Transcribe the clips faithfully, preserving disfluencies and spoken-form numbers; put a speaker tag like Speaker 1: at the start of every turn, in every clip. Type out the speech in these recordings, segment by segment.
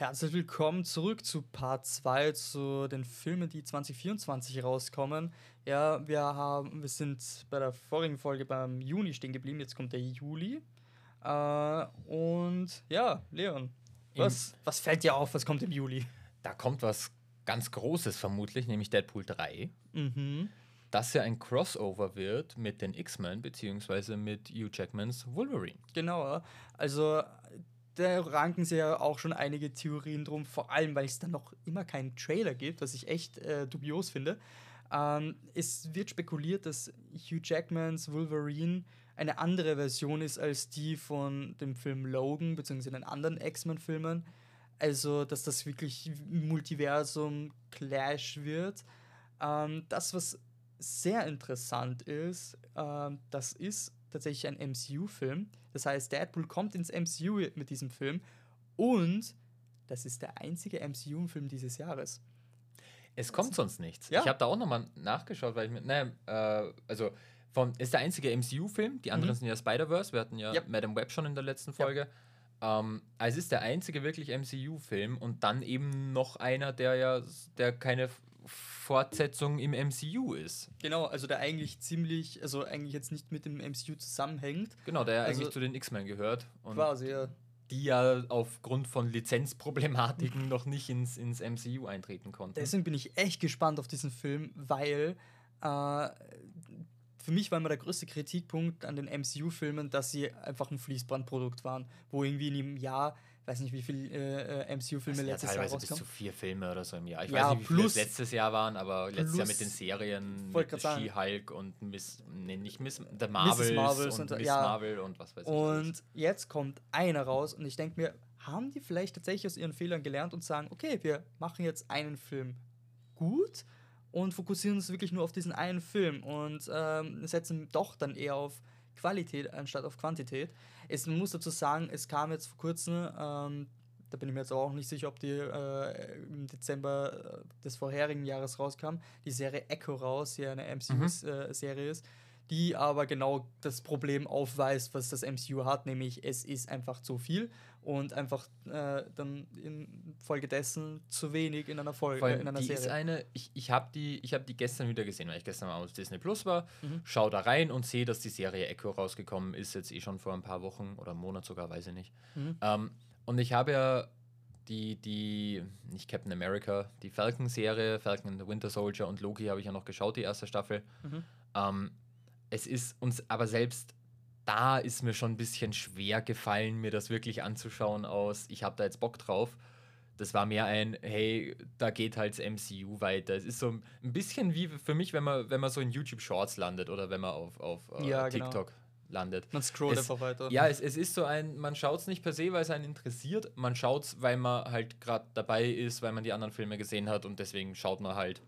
Speaker 1: Herzlich willkommen zurück zu Part zwei, zu den Filmen, die zwanzig vierundzwanzig rauskommen. Ja, wir haben, wir sind bei der vorigen Folge beim Juni stehen geblieben, jetzt kommt der Juli. Äh, und ja, Leon,
Speaker 2: Im,
Speaker 1: was, was fällt dir auf, was kommt im Juli?
Speaker 2: Da kommt was ganz Großes vermutlich, nämlich Deadpool drei.
Speaker 1: Mhm.
Speaker 2: Das ja ein Crossover wird mit den X-Men, beziehungsweise mit Hugh Jackmans Wolverine.
Speaker 1: Genau, also da ranken sich ja auch schon einige Theorien drum, vor allem, weil es dann noch immer keinen Trailer gibt, was ich echt äh, dubios finde. Ähm, es wird spekuliert, dass Hugh Jackmans Wolverine eine andere Version ist als die von dem Film Logan, beziehungsweise den anderen X-Men-Filmen. Also, dass das wirklich Multiversum-Clash wird. Ähm, das, was sehr interessant ist, ähm, das ist tatsächlich ein M C U-Film. Das heißt, Deadpool kommt ins M C U mit diesem Film und das ist der einzige M C U-Film dieses Jahres.
Speaker 2: Es kommt sonst nichts.
Speaker 1: Ja.
Speaker 2: Ich habe da auch nochmal nachgeschaut, weil ich mir, naja, äh, also vom, ist der einzige M C U-Film, die anderen
Speaker 1: Mhm.
Speaker 2: sind ja Spider-Verse, wir hatten ja
Speaker 1: Yep.
Speaker 2: Madame Web schon in der letzten Folge. Ähm, also es ist der einzige wirklich M C U-Film und dann eben noch einer, der ja, der keine Fortsetzung im M C U ist.
Speaker 1: Genau, also der eigentlich ziemlich, also eigentlich jetzt nicht mit dem M C U zusammenhängt.
Speaker 2: Genau, der ja
Speaker 1: Also
Speaker 2: eigentlich zu den X-Men gehört. Und
Speaker 1: quasi, ja.
Speaker 2: die ja aufgrund von Lizenzproblematiken noch nicht ins, ins M C U eintreten konnten.
Speaker 1: Deswegen bin ich echt gespannt auf diesen Film, weil äh, für mich war immer der größte Kritikpunkt an den M C U-Filmen, dass sie einfach ein Fließbandprodukt waren, wo irgendwie in einem Jahr, weiß nicht, wie viele äh, M C U-Filme
Speaker 2: ja
Speaker 1: letztes Jahr
Speaker 2: teilweise
Speaker 1: rauskamen.
Speaker 2: bis zu vier Filme oder so im Jahr. Ich
Speaker 1: Ja,
Speaker 2: weiß nicht, wie
Speaker 1: plus-
Speaker 2: viele es letztes Jahr waren, aber letztes Jahr
Speaker 1: plus-
Speaker 2: mit den Serien,
Speaker 1: wollt
Speaker 2: mit
Speaker 1: grad sagen.
Speaker 2: She-Hulk und Miss, nee, nicht Miss, The Marvels,
Speaker 1: Marvels
Speaker 2: und,
Speaker 1: und-
Speaker 2: Miss
Speaker 1: ja.
Speaker 2: Marvel und was weiß ich. alles.
Speaker 1: Und jetzt kommt einer raus und ich denke mir, haben die vielleicht tatsächlich aus ihren Fehlern gelernt und sagen, okay, wir machen jetzt einen Film gut und fokussieren uns wirklich nur auf diesen einen Film und ähm, setzen doch dann eher auf Qualität anstatt auf Quantität. Es man muss dazu sagen, es kam jetzt vor kurzem, ähm, da bin ich mir jetzt auch nicht sicher, ob die äh, im Dezember äh, des vorherigen Jahres rauskam, die Serie Echo raus, die eine M C U-Serie ist, die aber genau das Problem aufweist, was das M C U hat, nämlich es ist einfach zu viel und einfach äh, dann infolgedessen zu wenig in einer Folge,
Speaker 2: Vor
Speaker 1: äh,
Speaker 2: allem,
Speaker 1: in einer
Speaker 2: die
Speaker 1: Serie.
Speaker 2: ist eine, ich, ich habe die, ich hab die gestern wieder gesehen, weil ich gestern mal auf Disney Plus war,
Speaker 1: Mhm.
Speaker 2: schau da rein und sehe, dass die Serie Echo rausgekommen ist, jetzt eh schon vor ein paar Wochen oder einem Monat sogar, weiß ich nicht.
Speaker 1: Mhm.
Speaker 2: Ähm, und ich habe ja die, die, nicht Captain America, die Falcon-Serie, Falcon and the Winter Soldier und Loki habe ich ja noch geschaut, die erste Staffel.
Speaker 1: Mhm.
Speaker 2: Ähm, es ist uns, aber selbst da ist mir schon ein bisschen schwer gefallen, mir das wirklich anzuschauen aus, ich habe da jetzt Bock drauf. Das war mehr ein, hey, da geht halt das M C U weiter. Es ist so ein bisschen wie für mich, wenn man, wenn man so in YouTube Shorts landet oder wenn man auf, auf äh,
Speaker 1: Ja, genau.
Speaker 2: TikTok landet.
Speaker 1: Man scrollt
Speaker 2: Es-
Speaker 1: einfach weiter.
Speaker 2: Ja, es, es ist so ein, man schaut es nicht per se, weil es einen interessiert. Man schaut es, weil man halt gerade dabei ist, weil man die anderen Filme gesehen hat und deswegen schaut man halt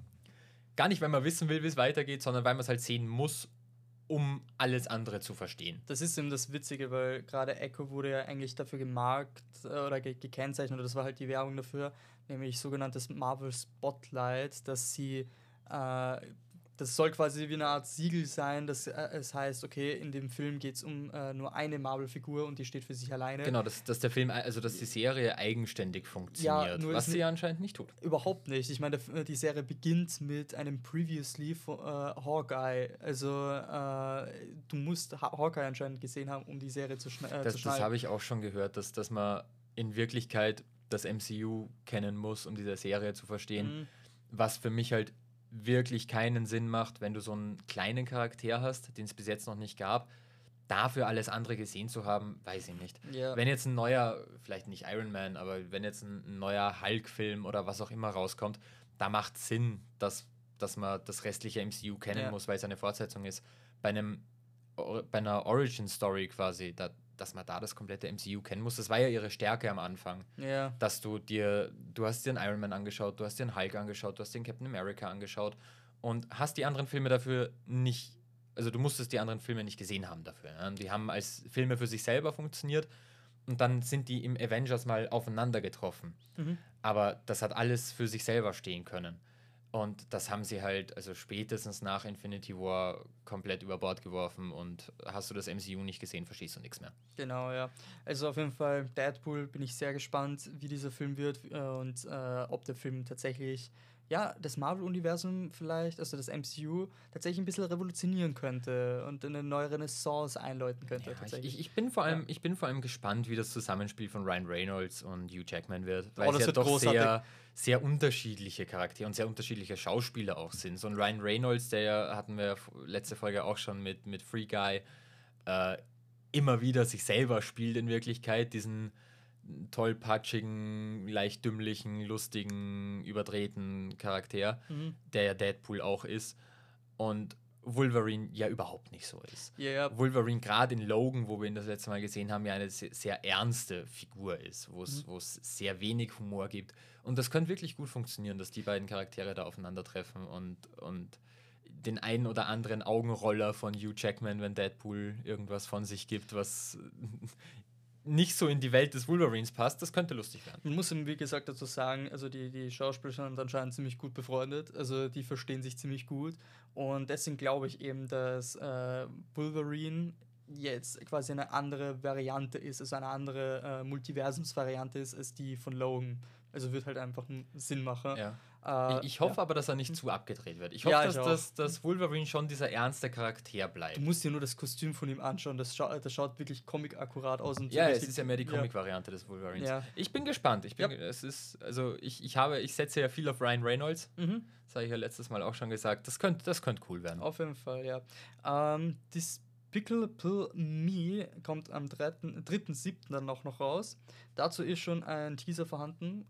Speaker 2: gar nicht, weil man wissen will, wie es weitergeht, sondern weil man es halt sehen muss, um alles andere zu verstehen.
Speaker 1: Das ist eben das Witzige, weil gerade Echo wurde ja eigentlich dafür gemarkt äh, oder ge gekennzeichnet, oder das war halt die Werbung dafür, nämlich sogenanntes Marvel Spotlight, dass sie, äh, das soll quasi wie eine Art Siegel sein, dass äh, es heißt, okay, in dem Film geht es um äh, nur eine Marvel-Figur und die steht für sich alleine.
Speaker 2: Genau, dass, dass der Film, also dass die Serie eigenständig funktioniert,
Speaker 1: nur
Speaker 2: was
Speaker 1: ist
Speaker 2: sie
Speaker 1: ni-
Speaker 2: anscheinend nicht tut.
Speaker 1: Überhaupt nicht. Ich meine, der F- die Serie beginnt mit einem Previously von äh, Hawkeye. Also äh, du musst ha Hawkeye anscheinend gesehen haben, um die Serie zu, schne äh,
Speaker 2: Das,
Speaker 1: zu
Speaker 2: das
Speaker 1: schneiden.
Speaker 2: habe ich auch schon gehört, dass, dass man in Wirklichkeit das M C U kennen muss, um diese Serie zu verstehen.
Speaker 1: Mhm.
Speaker 2: Was für mich halt wirklich keinen Sinn macht, wenn du so einen kleinen Charakter hast, den es bis jetzt noch nicht gab, dafür alles andere gesehen zu haben, weiß ich nicht.
Speaker 1: Ja.
Speaker 2: Wenn jetzt ein neuer, vielleicht nicht Iron Man, aber wenn jetzt ein, ein neuer Hulk-Film oder was auch immer rauskommt, da macht Sinn, dass, dass man das restliche M C U kennen
Speaker 1: Ja.
Speaker 2: muss, weil es eine Fortsetzung ist. Bei einem Or- bei einer Origin-Story quasi, da, dass man da das komplette M C U kennen muss, das war ja ihre Stärke am Anfang.
Speaker 1: Ja.
Speaker 2: Dass du dir, du hast dir einen Iron Man angeschaut, du hast dir einen Hulk angeschaut, du hast den Captain America angeschaut und hast die anderen Filme dafür nicht, also du musstest die anderen Filme nicht gesehen haben dafür. Ja? Die haben als Filme für sich selber funktioniert und dann sind die im Avengers mal aufeinander getroffen.
Speaker 1: Mhm.
Speaker 2: Aber das hat alles für sich selber stehen können. Und das haben sie halt, also spätestens nach Infinity War komplett über Bord geworfen und hast du das M C U nicht gesehen, verstehst du nichts mehr.
Speaker 1: Genau, ja. Also auf jeden Fall Deadpool bin ich sehr gespannt, wie dieser Film wird äh, und äh, ob der Film tatsächlich, ja, das Marvel-Universum vielleicht, also das M C U, tatsächlich ein bisschen revolutionieren könnte und eine neue Renaissance einläuten könnte.
Speaker 2: Ja,
Speaker 1: tatsächlich.
Speaker 2: ich, ich, bin vor allem,
Speaker 1: Ja.
Speaker 2: ich bin vor allem gespannt, wie das Zusammenspiel von Ryan Reynolds und Hugh Jackman wird, weil
Speaker 1: Oh,
Speaker 2: es
Speaker 1: das
Speaker 2: ja
Speaker 1: wird
Speaker 2: doch
Speaker 1: großartig.
Speaker 2: sehr, sehr unterschiedliche Charaktere und sehr unterschiedliche Schauspieler auch sind. So ein Ryan Reynolds, der ja, hatten wir letzte Folge auch schon mit, mit Free Guy, äh, immer wieder sich selber spielt in Wirklichkeit, diesen tollpatschigen, leicht dümmlichen, lustigen, überdrehten Charakter,
Speaker 1: Mhm.
Speaker 2: der ja Deadpool auch ist. Und Wolverine ja überhaupt nicht so ist.
Speaker 1: Ja, ja.
Speaker 2: Wolverine gerade in Logan, wo wir ihn das letzte Mal gesehen haben, ja eine sehr, sehr ernste Figur ist, wo es
Speaker 1: Mhm.
Speaker 2: sehr wenig Humor gibt. Und das könnte wirklich gut funktionieren, dass die beiden Charaktere da aufeinandertreffen und, und den einen oder anderen Augenroller von Hugh Jackman, wenn Deadpool irgendwas von sich gibt, was nicht so in die Welt des Wolverines passt, das könnte lustig werden.
Speaker 1: Man muss ihm, wie gesagt, dazu sagen, also die, die Schauspieler sind anscheinend ziemlich gut befreundet, also die verstehen sich ziemlich gut und deswegen glaube ich eben, dass äh, Wolverine jetzt quasi eine andere Variante ist, also eine andere äh, Multiversumsvariante ist, als die von Logan. Also wird halt einfach einen Sinn machen.
Speaker 2: Ja.
Speaker 1: Äh,
Speaker 2: Ich, ich hoffe
Speaker 1: ja.
Speaker 2: aber, dass er nicht zu abgedreht wird. Ich hoffe,
Speaker 1: Ja,
Speaker 2: dass,
Speaker 1: ich auch.
Speaker 2: dass, dass Wolverine schon dieser ernste Charakter
Speaker 1: Du
Speaker 2: bleibt.
Speaker 1: musst dir nur das Kostüm von ihm anschauen, das, scha das schaut wirklich comic-akkurat aus. Und so
Speaker 2: Ja, es
Speaker 1: richtig-
Speaker 2: ist ja mehr die Comic-Variante des Wolverines.
Speaker 1: Ja.
Speaker 2: Ich bin gespannt. Ich bin,
Speaker 1: Ja.
Speaker 2: es ist, also ich, ich habe, ich setze ja viel auf Ryan Reynolds.
Speaker 1: Mhm.
Speaker 2: Das habe ich ja letztes Mal auch schon gesagt. Das könnte das könnt cool werden.
Speaker 1: Auf jeden Fall, ja. Ähm, Despicable Me kommt am dritten siebten dann auch noch raus. Dazu ist schon ein Teaser vorhanden,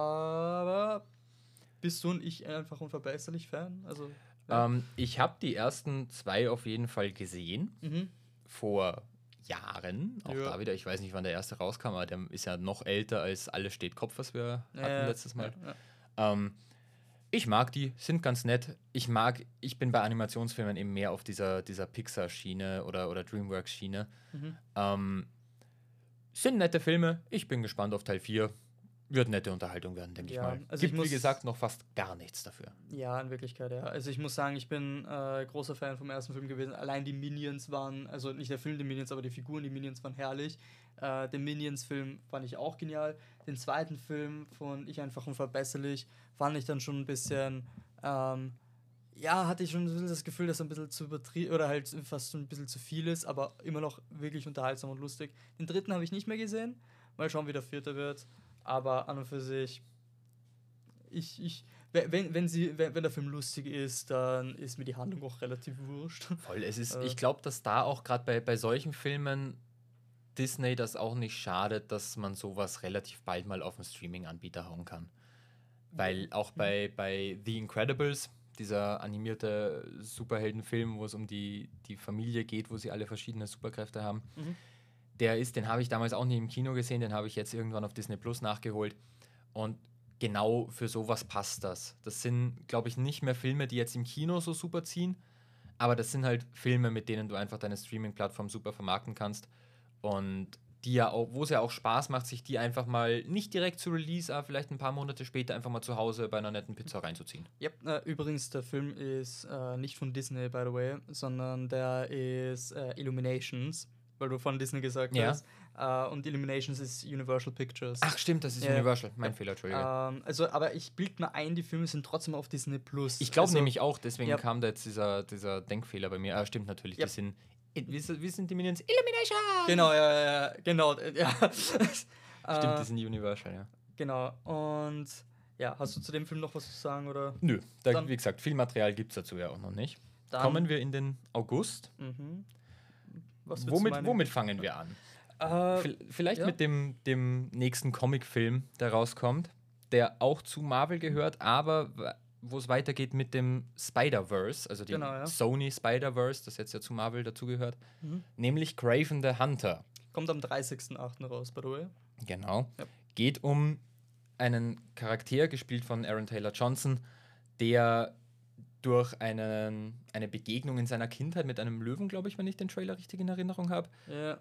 Speaker 1: aber bist du und ich einfach unverbesserlich Fan? Also, ja.
Speaker 2: Ähm, ich habe die ersten zwei auf jeden Fall gesehen.
Speaker 1: Mhm.
Speaker 2: Vor Jahren. Auch
Speaker 1: Ja.
Speaker 2: da wieder, ich weiß nicht, wann der erste rauskam, aber der ist ja noch älter als Alles steht Kopf, was wir hatten
Speaker 1: Ja,
Speaker 2: letztes Mal.
Speaker 1: Ja, ja.
Speaker 2: Ähm, ich mag die, sind ganz nett. Ich mag, ich bin bei Animationsfilmen eben mehr auf dieser, dieser Pixar-Schiene oder, oder Dreamworks-Schiene.
Speaker 1: Mhm.
Speaker 2: Ähm, sind nette Filme. Ich bin gespannt auf Teil vier. Wird nette Unterhaltung werden, denke
Speaker 1: Ja,
Speaker 2: ich mal.
Speaker 1: also
Speaker 2: Gibt,
Speaker 1: ich muss-
Speaker 2: wie gesagt, noch fast gar nichts dafür.
Speaker 1: Ja, in Wirklichkeit, ja. Also ich muss sagen, ich bin äh, großer Fan vom ersten Film gewesen. Allein die Minions waren, also nicht der Film, die Minions, aber die Figuren, die Minions waren herrlich. Äh, den Minions-Film fand ich auch genial. Den zweiten Film von Ich einfach unverbesserlich fand ich dann schon ein bisschen, ähm, ja, hatte ich schon ein bisschen das Gefühl, dass er ein bisschen zu übertrieben oder halt fast ein bisschen zu viel ist, aber immer noch wirklich unterhaltsam und lustig. Den dritten habe ich nicht mehr gesehen. Mal schauen, wie der vierte wird. Aber an und für sich, ich, ich, wenn, wenn, sie, wenn, wenn der Film lustig ist, dann ist mir die Handlung auch relativ wurscht.
Speaker 2: Voll, es ist,
Speaker 1: Äh.
Speaker 2: ich glaube, dass da auch gerade bei, bei solchen Filmen Disney das auch nicht schadet, dass man sowas relativ bald mal auf einen Streaming-Anbieter hauen kann. Weil auch bei, bei The Incredibles, dieser animierte Superheldenfilm, wo es um die, die Familie geht, wo sie alle verschiedene Superkräfte haben,
Speaker 1: Mhm.
Speaker 2: der ist, den habe ich damals auch nie im Kino gesehen, den habe ich jetzt irgendwann auf Disney Plus nachgeholt. Und genau für sowas passt das. Das sind, glaube ich, nicht mehr Filme, die jetzt im Kino so super ziehen, aber das sind halt Filme, mit denen du einfach deine Streaming-Plattform super vermarkten kannst. Und die ja auch, wo es ja auch Spaß macht, sich die einfach mal nicht direkt zu Release, aber vielleicht ein paar Monate später einfach mal zu Hause bei einer netten Pizza reinzuziehen.
Speaker 1: Ja, äh, übrigens, der Film ist äh, nicht von Disney, by the way, sondern der ist äh, Illuminations, weil du von Disney gesagt
Speaker 2: Ja.
Speaker 1: hast. Äh, und Illuminations ist Universal Pictures.
Speaker 2: Ach stimmt, das ist
Speaker 1: Ja.
Speaker 2: Universal. Mein Fehler, Entschuldige.
Speaker 1: Ähm, also, aber ich bild mir ein, die Filme sind trotzdem auf Disney Plus.
Speaker 2: Ich glaube
Speaker 1: also,
Speaker 2: nämlich auch, deswegen
Speaker 1: ja.
Speaker 2: kam da jetzt dieser, dieser Denkfehler bei mir. Ah, stimmt natürlich,
Speaker 1: Ja.
Speaker 2: die sind, wie, sind- wie sind die Minions? Illumination!
Speaker 1: Genau, ja, ja, ja, genau. äh, Ja.
Speaker 2: Stimmt,
Speaker 1: Äh,
Speaker 2: die sind Universal, ja.
Speaker 1: Genau. Und ja, hast du zu dem Film noch was zu sagen? Oder?
Speaker 2: Nö, da,
Speaker 1: Dann-
Speaker 2: wie gesagt, viel Material gibt es dazu ja auch noch nicht.
Speaker 1: Dann,
Speaker 2: Kommen wir in den August.
Speaker 1: Mhm. Was würdest du
Speaker 2: Womit,
Speaker 1: meinen?
Speaker 2: womit fangen wir an?
Speaker 1: Äh,
Speaker 2: V- Vielleicht
Speaker 1: ja.
Speaker 2: mit dem, dem nächsten Comicfilm, der rauskommt, der auch zu Marvel gehört, aber w- wo es weitergeht mit dem Spider-Verse, also dem
Speaker 1: Genau, ja.
Speaker 2: Sony Spider-Verse, das jetzt ja zu Marvel dazugehört,
Speaker 1: Mhm.
Speaker 2: nämlich Kraven the Hunter.
Speaker 1: Kommt am dreißigsten achten raus, by the way.
Speaker 2: Genau.
Speaker 1: Ja.
Speaker 2: Geht um einen Charakter, gespielt von Aaron Taylor Johnson, der durch einen, eine Begegnung in seiner Kindheit mit einem Löwen, glaube ich, wenn ich den Trailer richtig in Erinnerung habe,
Speaker 1: Ja.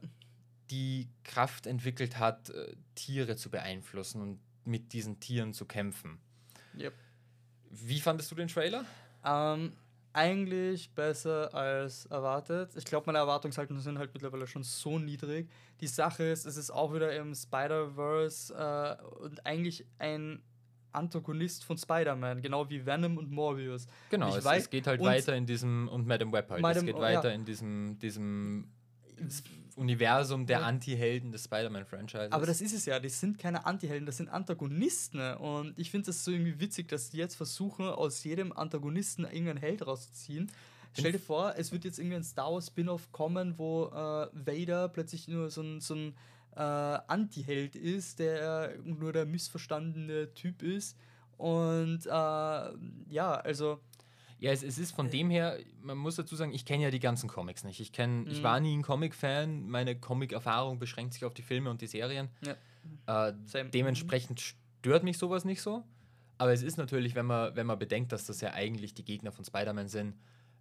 Speaker 2: die Kraft entwickelt hat, äh, Tiere zu beeinflussen und mit diesen Tieren zu kämpfen.
Speaker 1: Yep.
Speaker 2: Wie fandest du den Trailer?
Speaker 1: Ähm, eigentlich besser als erwartet. Ich glaube, meine Erwartungshaltungen sind halt mittlerweile schon so niedrig. Die Sache ist, es ist auch wieder im Spider-Verse äh, und eigentlich ein Antagonist von Spider-Man, genau wie Venom und Morbius.
Speaker 2: Genau,
Speaker 1: Und ich
Speaker 2: es,
Speaker 1: weiß,
Speaker 2: es geht halt
Speaker 1: und
Speaker 2: weiter in diesem, und Madame Web halt, es
Speaker 1: Madame-
Speaker 2: geht
Speaker 1: oh,
Speaker 2: weiter
Speaker 1: ja.
Speaker 2: in diesem, diesem Universum der
Speaker 1: Ja.
Speaker 2: Anti-Helden des Spider-Man-Franchises.
Speaker 1: Aber das ist es ja, die sind keine Antihelden, das sind Antagonisten. Und ich finde es so irgendwie witzig, dass die jetzt versuchen, aus jedem Antagonisten irgendeinen Held rauszuziehen. Stell dir vor, es wird jetzt irgendwie ein Star Wars Spin-off kommen, wo äh, Vader plötzlich nur so ein, so ein äh, Anti-Held ist, der nur der missverstandene Typ ist. Und äh, ja, also.
Speaker 2: Ja, es, es ist von dem her, man muss dazu sagen, ich kenne ja die ganzen Comics nicht. Ich, kenn, ich
Speaker 1: Mhm.
Speaker 2: war nie ein Comic-Fan, meine Comic-Erfahrung beschränkt sich auf die Filme und die Serien.
Speaker 1: Ja.
Speaker 2: Äh,
Speaker 1: Same.
Speaker 2: dementsprechend stört mich sowas nicht so. Aber es ist natürlich, wenn man, wenn man bedenkt, dass das ja eigentlich die Gegner von Spider-Man sind,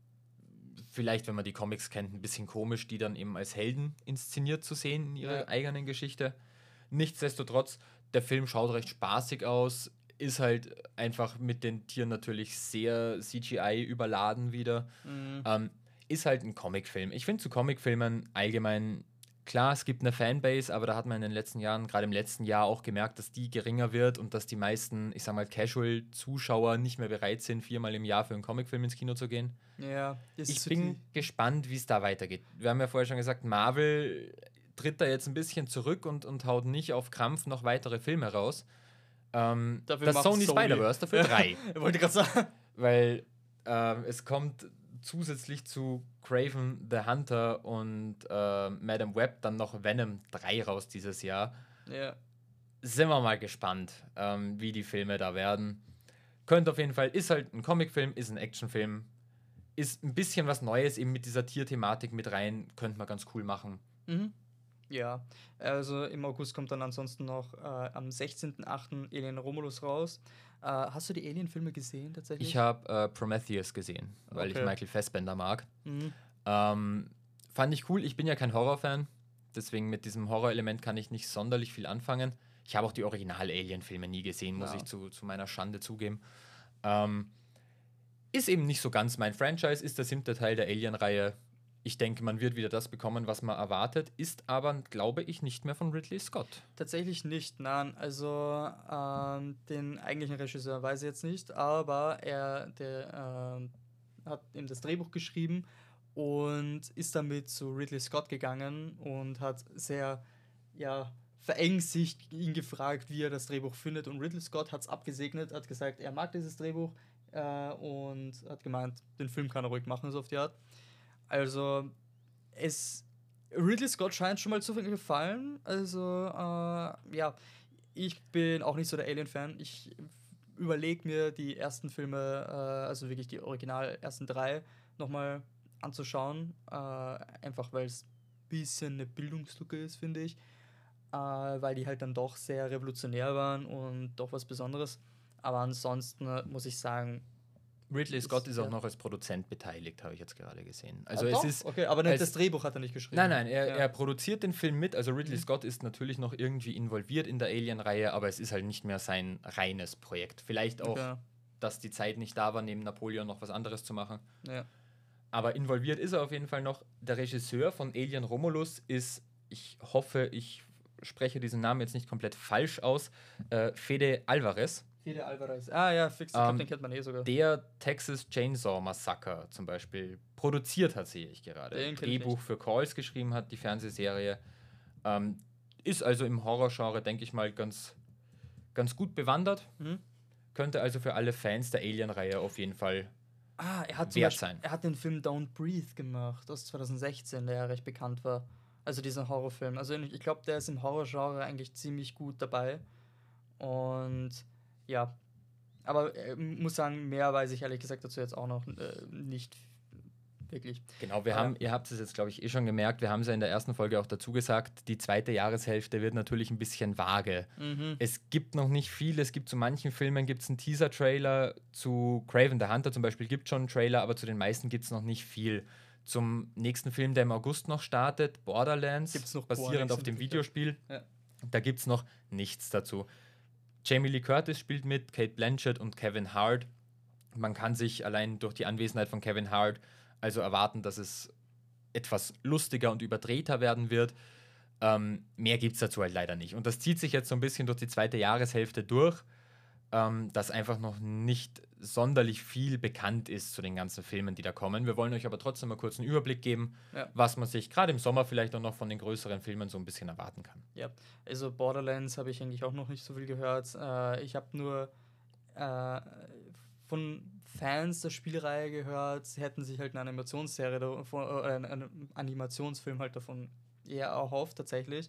Speaker 2: vielleicht, wenn man die Comics kennt, ein bisschen komisch, die dann eben als Helden inszeniert zu sehen in ihrer
Speaker 1: Ja.
Speaker 2: eigenen Geschichte. Nichtsdestotrotz, der Film schaut recht spaßig aus, ist halt einfach mit den Tieren natürlich sehr C G I überladen wieder.
Speaker 1: Mhm.
Speaker 2: Ähm, ist halt ein Comicfilm. Ich finde zu Comicfilmen allgemein, klar, es gibt eine Fanbase, aber da hat man in den letzten Jahren, gerade im letzten Jahr auch gemerkt, dass die geringer wird und dass die meisten, ich sag mal, Casual-Zuschauer nicht mehr bereit sind, viermal im Jahr für einen Comicfilm ins Kino zu gehen.
Speaker 1: Ja, das
Speaker 2: Ich
Speaker 1: ist so
Speaker 2: bin
Speaker 1: die-
Speaker 2: gespannt, wie es da weitergeht. Wir haben ja vorher schon gesagt, Marvel tritt da jetzt ein bisschen zurück und, und haut nicht auf Krampf noch weitere Filme raus. Ähm,
Speaker 1: Dafür
Speaker 2: das
Speaker 1: macht
Speaker 2: Sony,
Speaker 1: Sony.
Speaker 2: Spider-Verse, dafür
Speaker 1: Ja.
Speaker 2: drei.
Speaker 1: Ich wollte gerade sagen.
Speaker 2: Weil ähm, es kommt zusätzlich zu Kraven the Hunter und äh, Madame Web dann noch Venom drei raus dieses Jahr.
Speaker 1: Ja.
Speaker 2: Sind wir mal gespannt, ähm, wie die Filme da werden. Könnte auf jeden Fall, ist halt ein Comicfilm, ist ein Actionfilm, ist ein bisschen was Neues eben mit dieser Tierthematik mit rein, könnte man ganz cool machen.
Speaker 1: Mhm. Ja, also im August kommt dann ansonsten noch äh, am sechzehnten achten Alien Romulus raus. Äh, hast du die Alien-Filme gesehen tatsächlich?
Speaker 2: Ich habe äh, Prometheus gesehen, weil ich
Speaker 1: Okay.
Speaker 2: Michael Fassbender mag.
Speaker 1: Mhm.
Speaker 2: Ähm, fand ich cool. Ich bin ja kein Horrorfan, deswegen mit diesem Horrorelement kann ich nicht sonderlich viel anfangen. Ich habe auch die Original-Alien-Filme nie gesehen, muss
Speaker 1: Ja.
Speaker 2: ich zu, zu meiner Schande zugeben. Ähm, ist eben nicht so ganz mein Franchise, ist der siebte Teil der Alien-Reihe. Ich denke, man wird wieder das bekommen, was man erwartet, ist aber, glaube ich, nicht mehr von Ridley Scott.
Speaker 1: Tatsächlich nicht, nein. Also ähm, den eigentlichen Regisseur weiß ich jetzt nicht, aber er der, ähm, hat eben das Drehbuch geschrieben und ist damit zu Ridley Scott gegangen und hat sehr ja, verängstigt ihn gefragt, wie er das Drehbuch findet. Und Ridley Scott hat es abgesegnet, hat gesagt, er mag dieses Drehbuch äh, und hat gemeint, den Film kann er ruhig machen, so auf die Art. Also, es. Ridley Scott scheint schon mal zu gefallen. Also, äh, ja, ich bin auch nicht so der Alien-Fan. Ich überlege mir die ersten Filme, äh, also wirklich die original ersten drei, nochmal anzuschauen. Äh, einfach weil es ein bisschen eine Bildungslücke ist, finde ich. Äh, weil die halt dann doch sehr revolutionär waren und doch was Besonderes. Aber ansonsten äh, muss ich sagen,
Speaker 2: Ridley
Speaker 1: Ist-
Speaker 2: Scott ist auch
Speaker 1: ja.
Speaker 2: noch als Produzent beteiligt, habe ich jetzt gerade gesehen. Also
Speaker 1: ah,
Speaker 2: es
Speaker 1: doch?
Speaker 2: ist.
Speaker 1: Okay, aber nicht
Speaker 2: als-
Speaker 1: das Drehbuch hat er nicht geschrieben.
Speaker 2: Nein, nein, er,
Speaker 1: Ja.
Speaker 2: er produziert den Film mit. Also Ridley
Speaker 1: Mhm.
Speaker 2: Scott ist natürlich noch irgendwie involviert in der Alien-Reihe, aber es ist halt nicht mehr sein reines Projekt. Vielleicht auch,
Speaker 1: Okay.
Speaker 2: dass die Zeit nicht da war, neben Napoleon noch was anderes zu machen.
Speaker 1: Ja.
Speaker 2: Aber involviert ist er auf jeden Fall noch. Der Regisseur von Alien Romulus ist, ich hoffe, ich spreche diesen Namen jetzt nicht komplett falsch aus, äh, Fede Alvarez.
Speaker 1: Fede Alvarez. Ah ja, fix, ich glaub,
Speaker 2: Ähm,
Speaker 1: den kennt man eh sogar.
Speaker 2: Der Texas Chainsaw Massacre zum Beispiel produziert hat, sehe ich gerade.
Speaker 1: Den kenn ich
Speaker 2: Drehbuch
Speaker 1: nicht.
Speaker 2: für Calls geschrieben hat, die Fernsehserie. Ähm, ist also im Horrorgenre, denke ich mal, ganz, ganz gut bewandert.
Speaker 1: Mhm.
Speaker 2: Könnte also für alle Fans der Alien-Reihe auf jeden Fall.
Speaker 1: Ah, er hat zum
Speaker 2: wert
Speaker 1: Beispiel,
Speaker 2: sein.
Speaker 1: er hat den Film Don't Breathe gemacht aus zwanzig sechzehn, der ja recht bekannt war. Also diesen Horrorfilm. Also ich glaube, der ist im Horrorgenre eigentlich ziemlich gut dabei. Und ja, aber äh, muss sagen, mehr weiß ich ehrlich gesagt dazu jetzt auch noch äh, nicht wirklich.
Speaker 2: Genau, wir
Speaker 1: Aber-
Speaker 2: haben, ihr habt es jetzt, glaube ich, eh schon gemerkt, wir haben es ja in der ersten Folge auch dazu gesagt, die zweite Jahreshälfte wird natürlich ein bisschen vage.
Speaker 1: Mhm.
Speaker 2: Es gibt noch nicht viel, es gibt zu manchen Filmen gibt's einen Teaser-Trailer, zu Kraven the Hunter zum Beispiel gibt es schon einen Trailer, aber zu den meisten gibt es noch nicht viel. Zum nächsten Film, der im August noch startet, Borderlands,
Speaker 1: Gibt's noch gar
Speaker 2: basierend
Speaker 1: nichts
Speaker 2: auf dem
Speaker 1: in
Speaker 2: Videospiel,
Speaker 1: Ja.
Speaker 2: da gibt es noch nichts dazu. Jamie Lee Curtis spielt mit, Kate Blanchett und Kevin Hart. Man kann sich allein durch die Anwesenheit von Kevin Hart also erwarten, dass es etwas lustiger und überdrehter werden wird. Ähm, mehr gibt es dazu halt leider nicht. Und das zieht sich jetzt so ein bisschen durch die zweite Jahreshälfte durch, ähm, dass einfach noch nicht sonderlich viel bekannt ist zu den ganzen Filmen, die da kommen. Wir wollen euch aber trotzdem mal kurz einen Überblick geben,
Speaker 1: Ja.
Speaker 2: was man sich gerade im Sommer vielleicht auch noch von den größeren Filmen so ein bisschen erwarten kann.
Speaker 1: Ja, also Borderlands habe ich eigentlich auch noch nicht so viel gehört. Äh, ich habe nur äh, von Fans der Spielreihe gehört, sie hätten sich halt eine Animationsserie davon, äh, einen, einen Animationsfilm halt davon eher erhofft tatsächlich.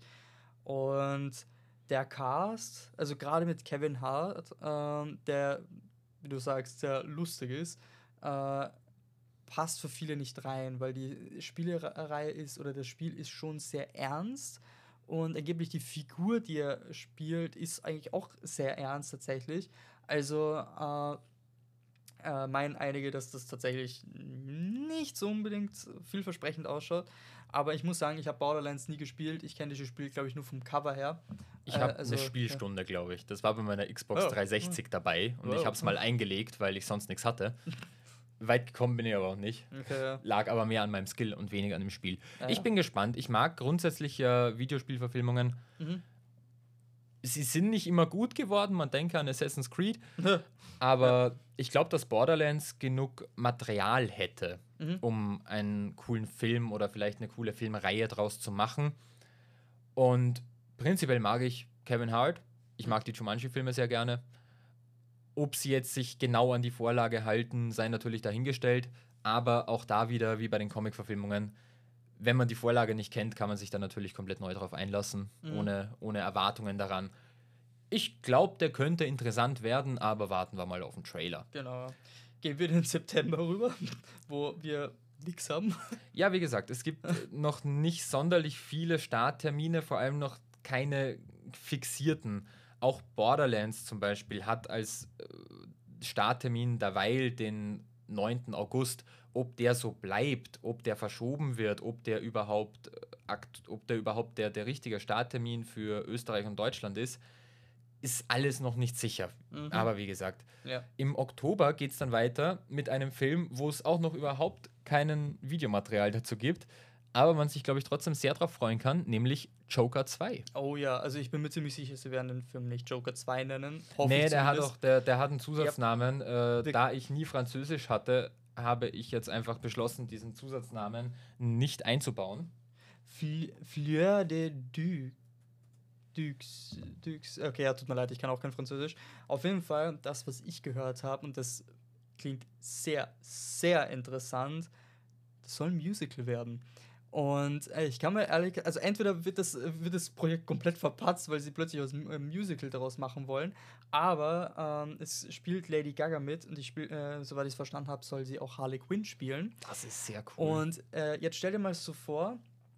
Speaker 1: Und der Cast, also gerade mit Kevin Hart, ähm, der, wie du sagst, sehr lustig ist, äh, passt für viele nicht rein, weil die Spielereihe ist oder das Spiel ist schon sehr ernst und angeblich die Figur, die er spielt, ist eigentlich auch sehr ernst tatsächlich. Also äh, äh, meinen einige, dass das tatsächlich nicht so unbedingt vielversprechend ausschaut. Aber ich muss sagen, ich habe Borderlands nie gespielt. Ich kenne dieses Spiel, glaube ich, nur vom Cover her.
Speaker 2: Ich
Speaker 1: Äh,
Speaker 2: habe
Speaker 1: also,
Speaker 2: eine Spielstunde, glaube ich. Das war bei meiner Xbox
Speaker 1: Oh.
Speaker 2: dreihundertsechzig dabei und
Speaker 1: Wow.
Speaker 2: ich habe es mal eingelegt, weil ich sonst nichts hatte. Weit gekommen bin ich aber auch nicht.
Speaker 1: Okay, ja.
Speaker 2: Lag aber mehr an meinem Skill und weniger an dem Spiel.
Speaker 1: Ja,
Speaker 2: Ich
Speaker 1: ja.
Speaker 2: bin gespannt. Ich mag grundsätzlich ja Videospielverfilmungen.
Speaker 1: Mhm.
Speaker 2: Sie sind nicht immer gut geworden. Man denke an Assassin's Creed. Aber ich glaube, dass Borderlands genug Material hätte,
Speaker 1: Mhm.
Speaker 2: um einen coolen Film oder vielleicht eine coole Filmreihe draus zu machen. Und prinzipiell mag ich Kevin Hart. Ich mag die Jumanji-Filme sehr gerne. Ob sie jetzt sich genau an die Vorlage halten, sei natürlich dahingestellt. Aber auch da wieder, wie bei den Comic-Verfilmungen, wenn man die Vorlage nicht kennt, kann man sich da natürlich komplett neu drauf einlassen,
Speaker 1: Mhm.
Speaker 2: ohne, ohne Erwartungen daran. Ich glaube, der könnte interessant werden, aber warten wir mal auf den Trailer.
Speaker 1: Genau. Gehen wir in den September rüber, wo wir nichts haben.
Speaker 2: Ja, wie gesagt, es gibt noch nicht sonderlich viele Starttermine, vor allem noch keine fixierten. Auch Borderlands zum Beispiel hat als äh, Starttermin derweil den neunten August. Ob der so bleibt, ob der verschoben wird, ob der überhaupt, äh, akt, ob der, überhaupt der, der richtige Starttermin für Österreich und Deutschland ist, ist alles noch nicht sicher.
Speaker 1: Mhm.
Speaker 2: Aber wie gesagt,
Speaker 1: Ja.
Speaker 2: im Oktober geht es dann weiter mit einem Film, wo es auch noch überhaupt keinen Videomaterial dazu gibt, aber man sich, glaube ich, trotzdem sehr darauf freuen kann, nämlich Joker zwei.
Speaker 1: Oh ja, also ich bin mir ziemlich sicher, sie werden den Film nicht Joker zwei nennen. Hoffe
Speaker 2: Nee,
Speaker 1: ich
Speaker 2: der hat,
Speaker 1: zumindest.
Speaker 2: auch, der, der hat einen Zusatznamen. Äh,
Speaker 1: Der-
Speaker 2: da ich nie Französisch hatte, habe ich jetzt einfach beschlossen, diesen Zusatznamen nicht einzubauen.
Speaker 1: Fl- Fleur de Duc. Dux, Dux. Okay, ja, tut mir leid, ich kann auch kein Französisch. Auf jeden Fall, das, was ich gehört habe, und das klingt sehr, sehr interessant, das soll ein Musical werden. Und äh, ich kann mir ehrlich, also entweder wird das, wird das Projekt komplett verpatzt, weil sie plötzlich aus einem äh, Musical daraus machen wollen, aber ähm, es spielt Lady Gaga mit und ich spiel, äh, soweit ich es verstanden habe, soll sie auch Harley Quinn spielen.
Speaker 2: Das ist sehr cool.
Speaker 1: Und äh, jetzt stell dir mal so vor,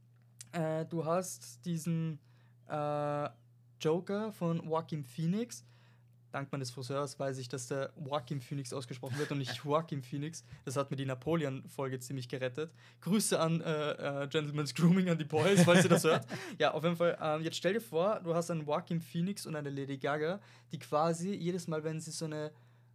Speaker 1: äh, du hast diesen äh, Joker von Joaquin Phoenix. Dank meines Friseurs weiß ich, dass der Joaquin Phoenix ausgesprochen wird und nicht Joaquin Phoenix. Das hat mir die Napoleon-Folge ziemlich gerettet. Grüße an äh, äh, Gentleman's Grooming, an die Boys, falls ihr das hört. Ja, auf jeden Fall. Ähm, jetzt stell dir vor, du hast einen Joaquin Phoenix und eine Lady Gaga, die quasi jedes Mal, wenn sie so eine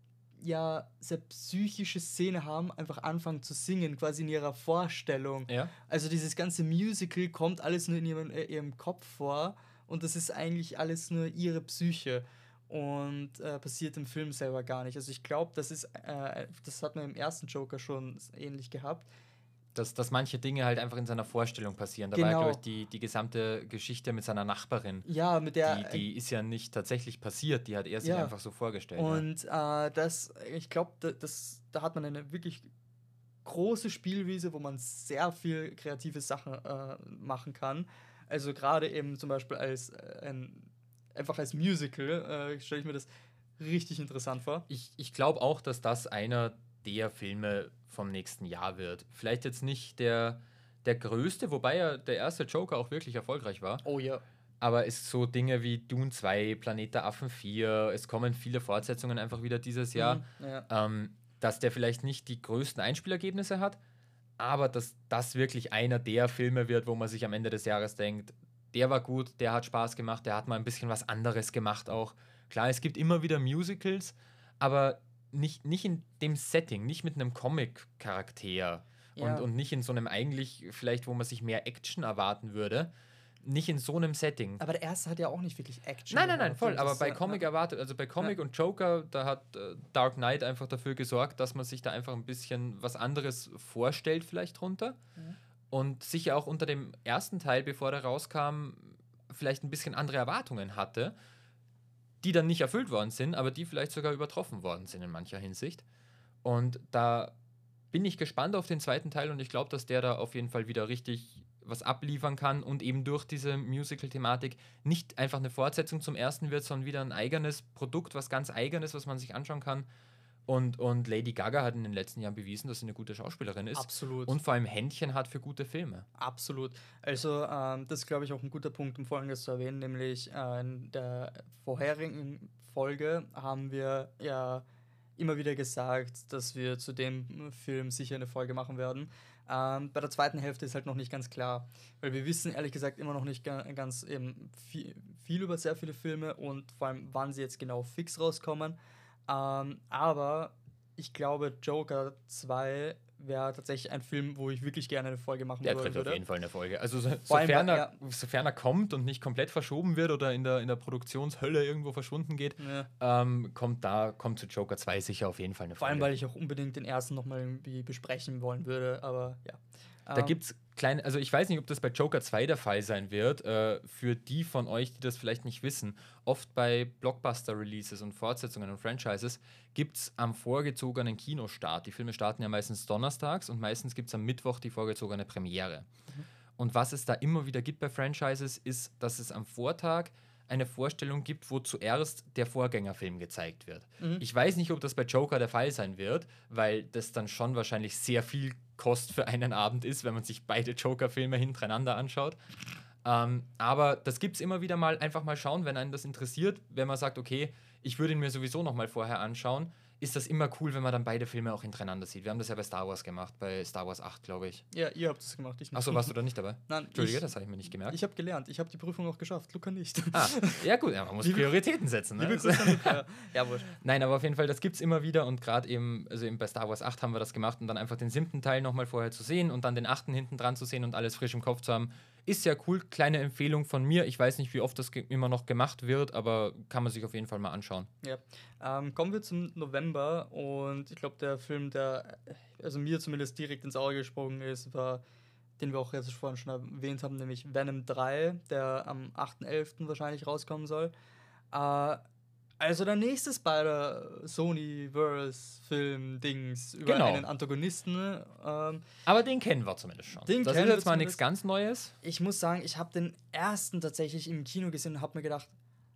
Speaker 1: ja, sehr psychische Szene haben, einfach anfangen zu singen, quasi in ihrer Vorstellung.
Speaker 2: ja.
Speaker 1: Also dieses ganze Musical kommt alles nur in ihrem, äh, ihrem Kopf vor und das ist eigentlich alles nur ihre Psyche und äh, passiert im Film selber gar nicht. Also ich glaube, das ist, äh, das hat man im ersten Joker schon ähnlich gehabt.
Speaker 2: Dass, dass manche Dinge halt einfach in seiner Vorstellung passieren. Da war,
Speaker 1: Genau.
Speaker 2: glaube ich, die, die gesamte Geschichte mit seiner Nachbarin.
Speaker 1: Ja, mit der...
Speaker 2: Die, die ist ja nicht tatsächlich passiert, die hat er sich
Speaker 1: Ja.
Speaker 2: einfach so vorgestellt. Ja.
Speaker 1: Und äh, das, ich glaube, da, das, da hat man eine wirklich große Spielwiese, wo man sehr viel kreative Sachen äh, machen kann. Also gerade eben zum Beispiel als äh, ein, einfach als Musical äh, stelle ich mir das richtig interessant vor.
Speaker 2: Ich, ich glaube auch, dass das einer der Filme vom nächsten Jahr wird. Vielleicht jetzt nicht der, der größte, wobei ja der erste Joker auch wirklich erfolgreich war.
Speaker 1: Oh ja.
Speaker 2: Aber es ist so Dinge wie Dune zwei, Planet der Affen vier, es kommen viele Fortsetzungen einfach wieder dieses Jahr,
Speaker 1: Mhm, ja.
Speaker 2: ähm, dass der vielleicht nicht die größten Einspielergebnisse hat, aber dass das wirklich einer der Filme wird, wo man sich am Ende des Jahres denkt, der war gut, der hat Spaß gemacht, der hat mal ein bisschen was anderes gemacht auch. Klar, es gibt immer wieder Musicals, aber nicht, nicht in dem Setting, nicht mit einem Comic-Charakter
Speaker 1: Ja.
Speaker 2: und, und nicht in so einem eigentlich, vielleicht, wo man sich mehr Action erwarten würde, nicht in so einem Setting.
Speaker 1: Aber der erste hat ja auch nicht wirklich Action.
Speaker 2: Nein, nein, nein,
Speaker 1: gehabt.
Speaker 2: voll.
Speaker 1: Und
Speaker 2: Aber
Speaker 1: das,
Speaker 2: bei
Speaker 1: äh,
Speaker 2: Comic
Speaker 1: ja.
Speaker 2: erwartet, also bei Comic
Speaker 1: Ja.
Speaker 2: und Joker, da hat äh, Dark Knight einfach dafür gesorgt, dass man sich da einfach ein bisschen was anderes vorstellt, vielleicht drunter.
Speaker 1: Mhm.
Speaker 2: Und sicher auch unter dem ersten Teil, bevor der rauskam, vielleicht ein bisschen andere Erwartungen hatte, die dann nicht erfüllt worden sind, aber die vielleicht sogar übertroffen worden sind in mancher Hinsicht. Und da bin ich gespannt auf den zweiten Teil und ich glaube, dass der da auf jeden Fall wieder richtig was abliefern kann und eben durch diese Musical-Thematik nicht einfach eine Fortsetzung zum ersten wird, sondern wieder ein eigenes Produkt, was ganz eigenes, was man sich anschauen kann. Und, und Lady Gaga hat in den letzten Jahren bewiesen, dass sie eine gute Schauspielerin ist.
Speaker 1: Absolut.
Speaker 2: Und vor allem Händchen hat für gute Filme.
Speaker 1: Absolut. Also, ähm, das ist, glaube ich, auch ein guter Punkt, um Folgendes zu erwähnen, nämlich äh, in der vorherigen Folge haben wir ja immer wieder gesagt, dass wir zu dem Film sicher eine Folge machen werden. Ähm, bei der zweiten Hälfte ist halt noch nicht ganz klar, weil wir wissen ehrlich gesagt immer noch nicht ga- ganz eben viel, viel über sehr viele Filme und vor allem, wann sie jetzt genau fix rauskommen. Ähm, aber ich glaube, Joker zwei wäre tatsächlich ein Film, wo ich wirklich gerne eine Folge machen
Speaker 2: Der
Speaker 1: wollen
Speaker 2: kriegt auf
Speaker 1: würde.
Speaker 2: jeden Fall eine Folge. Also so,
Speaker 1: Vor allem,
Speaker 2: sofern,
Speaker 1: weil-
Speaker 2: er, sofern er kommt und nicht komplett verschoben wird oder in der, in der Produktionshölle irgendwo verschwunden geht,
Speaker 1: Ja.
Speaker 2: ähm, kommt da, kommt zu Joker zwei sicher auf jeden Fall eine
Speaker 1: Vor
Speaker 2: Folge.
Speaker 1: allem, weil ich auch unbedingt den ersten nochmal irgendwie besprechen wollen würde, aber ja.
Speaker 2: Da
Speaker 1: Ähm,
Speaker 2: gibt es kleine, also ich weiß nicht, ob das bei Joker zwei der Fall sein wird. Äh, für die von euch, die das vielleicht nicht wissen, oft bei Blockbuster-Releases und Fortsetzungen und Franchises gibt es am vorgezogenen Kinostart. Die Filme starten ja meistens donnerstags und meistens gibt es am Mittwoch die vorgezogene Premiere. Und was es da immer wieder gibt bei Franchises, ist, dass es am Vortag eine Vorstellung gibt, wo zuerst der Vorgängerfilm gezeigt wird.
Speaker 1: Mhm.
Speaker 2: Ich weiß nicht, ob das bei Joker der Fall sein wird, weil das dann schon wahrscheinlich sehr viel Kost für einen Abend ist, wenn man sich beide Joker-Filme hintereinander anschaut. Ähm, aber das gibt es immer wieder mal, einfach mal schauen, wenn einen das interessiert, wenn man sagt, okay, ich würde ihn mir sowieso noch mal vorher anschauen, ist das immer cool, wenn man dann beide Filme auch hintereinander sieht. Wir haben das ja bei Star Wars gemacht, bei Star Wars acht, glaube ich.
Speaker 1: Ja, ihr habt es gemacht, ich nicht.
Speaker 2: Achso, warst du da nicht dabei?
Speaker 1: Nein,
Speaker 2: Entschuldige,
Speaker 1: ich,
Speaker 2: das habe ich mir nicht gemerkt.
Speaker 1: ich habe gelernt. Ich habe die Prüfung auch geschafft. Luca nicht.
Speaker 2: Ah, ja gut, ja, man muss
Speaker 1: Liebe-
Speaker 2: Prioritäten setzen. Ne?
Speaker 1: Liebe Grüße an Luca. Ja, wurscht.
Speaker 2: Nein, aber auf jeden Fall, das gibt es immer wieder und gerade eben, also eben bei Star Wars acht haben wir das gemacht und dann einfach den siebten Teil nochmal vorher zu sehen und dann den achten hinten dran zu sehen und alles frisch im Kopf zu haben, ist ja cool. Kleine Empfehlung von mir. Ich weiß nicht, wie oft das ge- immer noch gemacht wird, aber kann man sich auf jeden Fall mal anschauen.
Speaker 1: Ja. Ähm, kommen wir zum November und ich glaube, der Film, der äh, also mir zumindest direkt ins Auge gesprungen ist, war, den wir auch jetzt vorhin schon erwähnt haben, nämlich Venom drei, der am achten elften wahrscheinlich rauskommen soll. Äh, also der nächste Spider-Sony-Verse-Film-Dings über
Speaker 2: Genau.
Speaker 1: einen Antagonisten. Ähm,
Speaker 2: Aber den kennen wir zumindest schon.
Speaker 1: Den
Speaker 2: das
Speaker 1: kennen
Speaker 2: ist
Speaker 1: wir
Speaker 2: jetzt mal nichts
Speaker 1: zumindest.
Speaker 2: ganz Neues.
Speaker 1: ich muss sagen, ich habe den ersten tatsächlich im Kino gesehen und habe mir gedacht,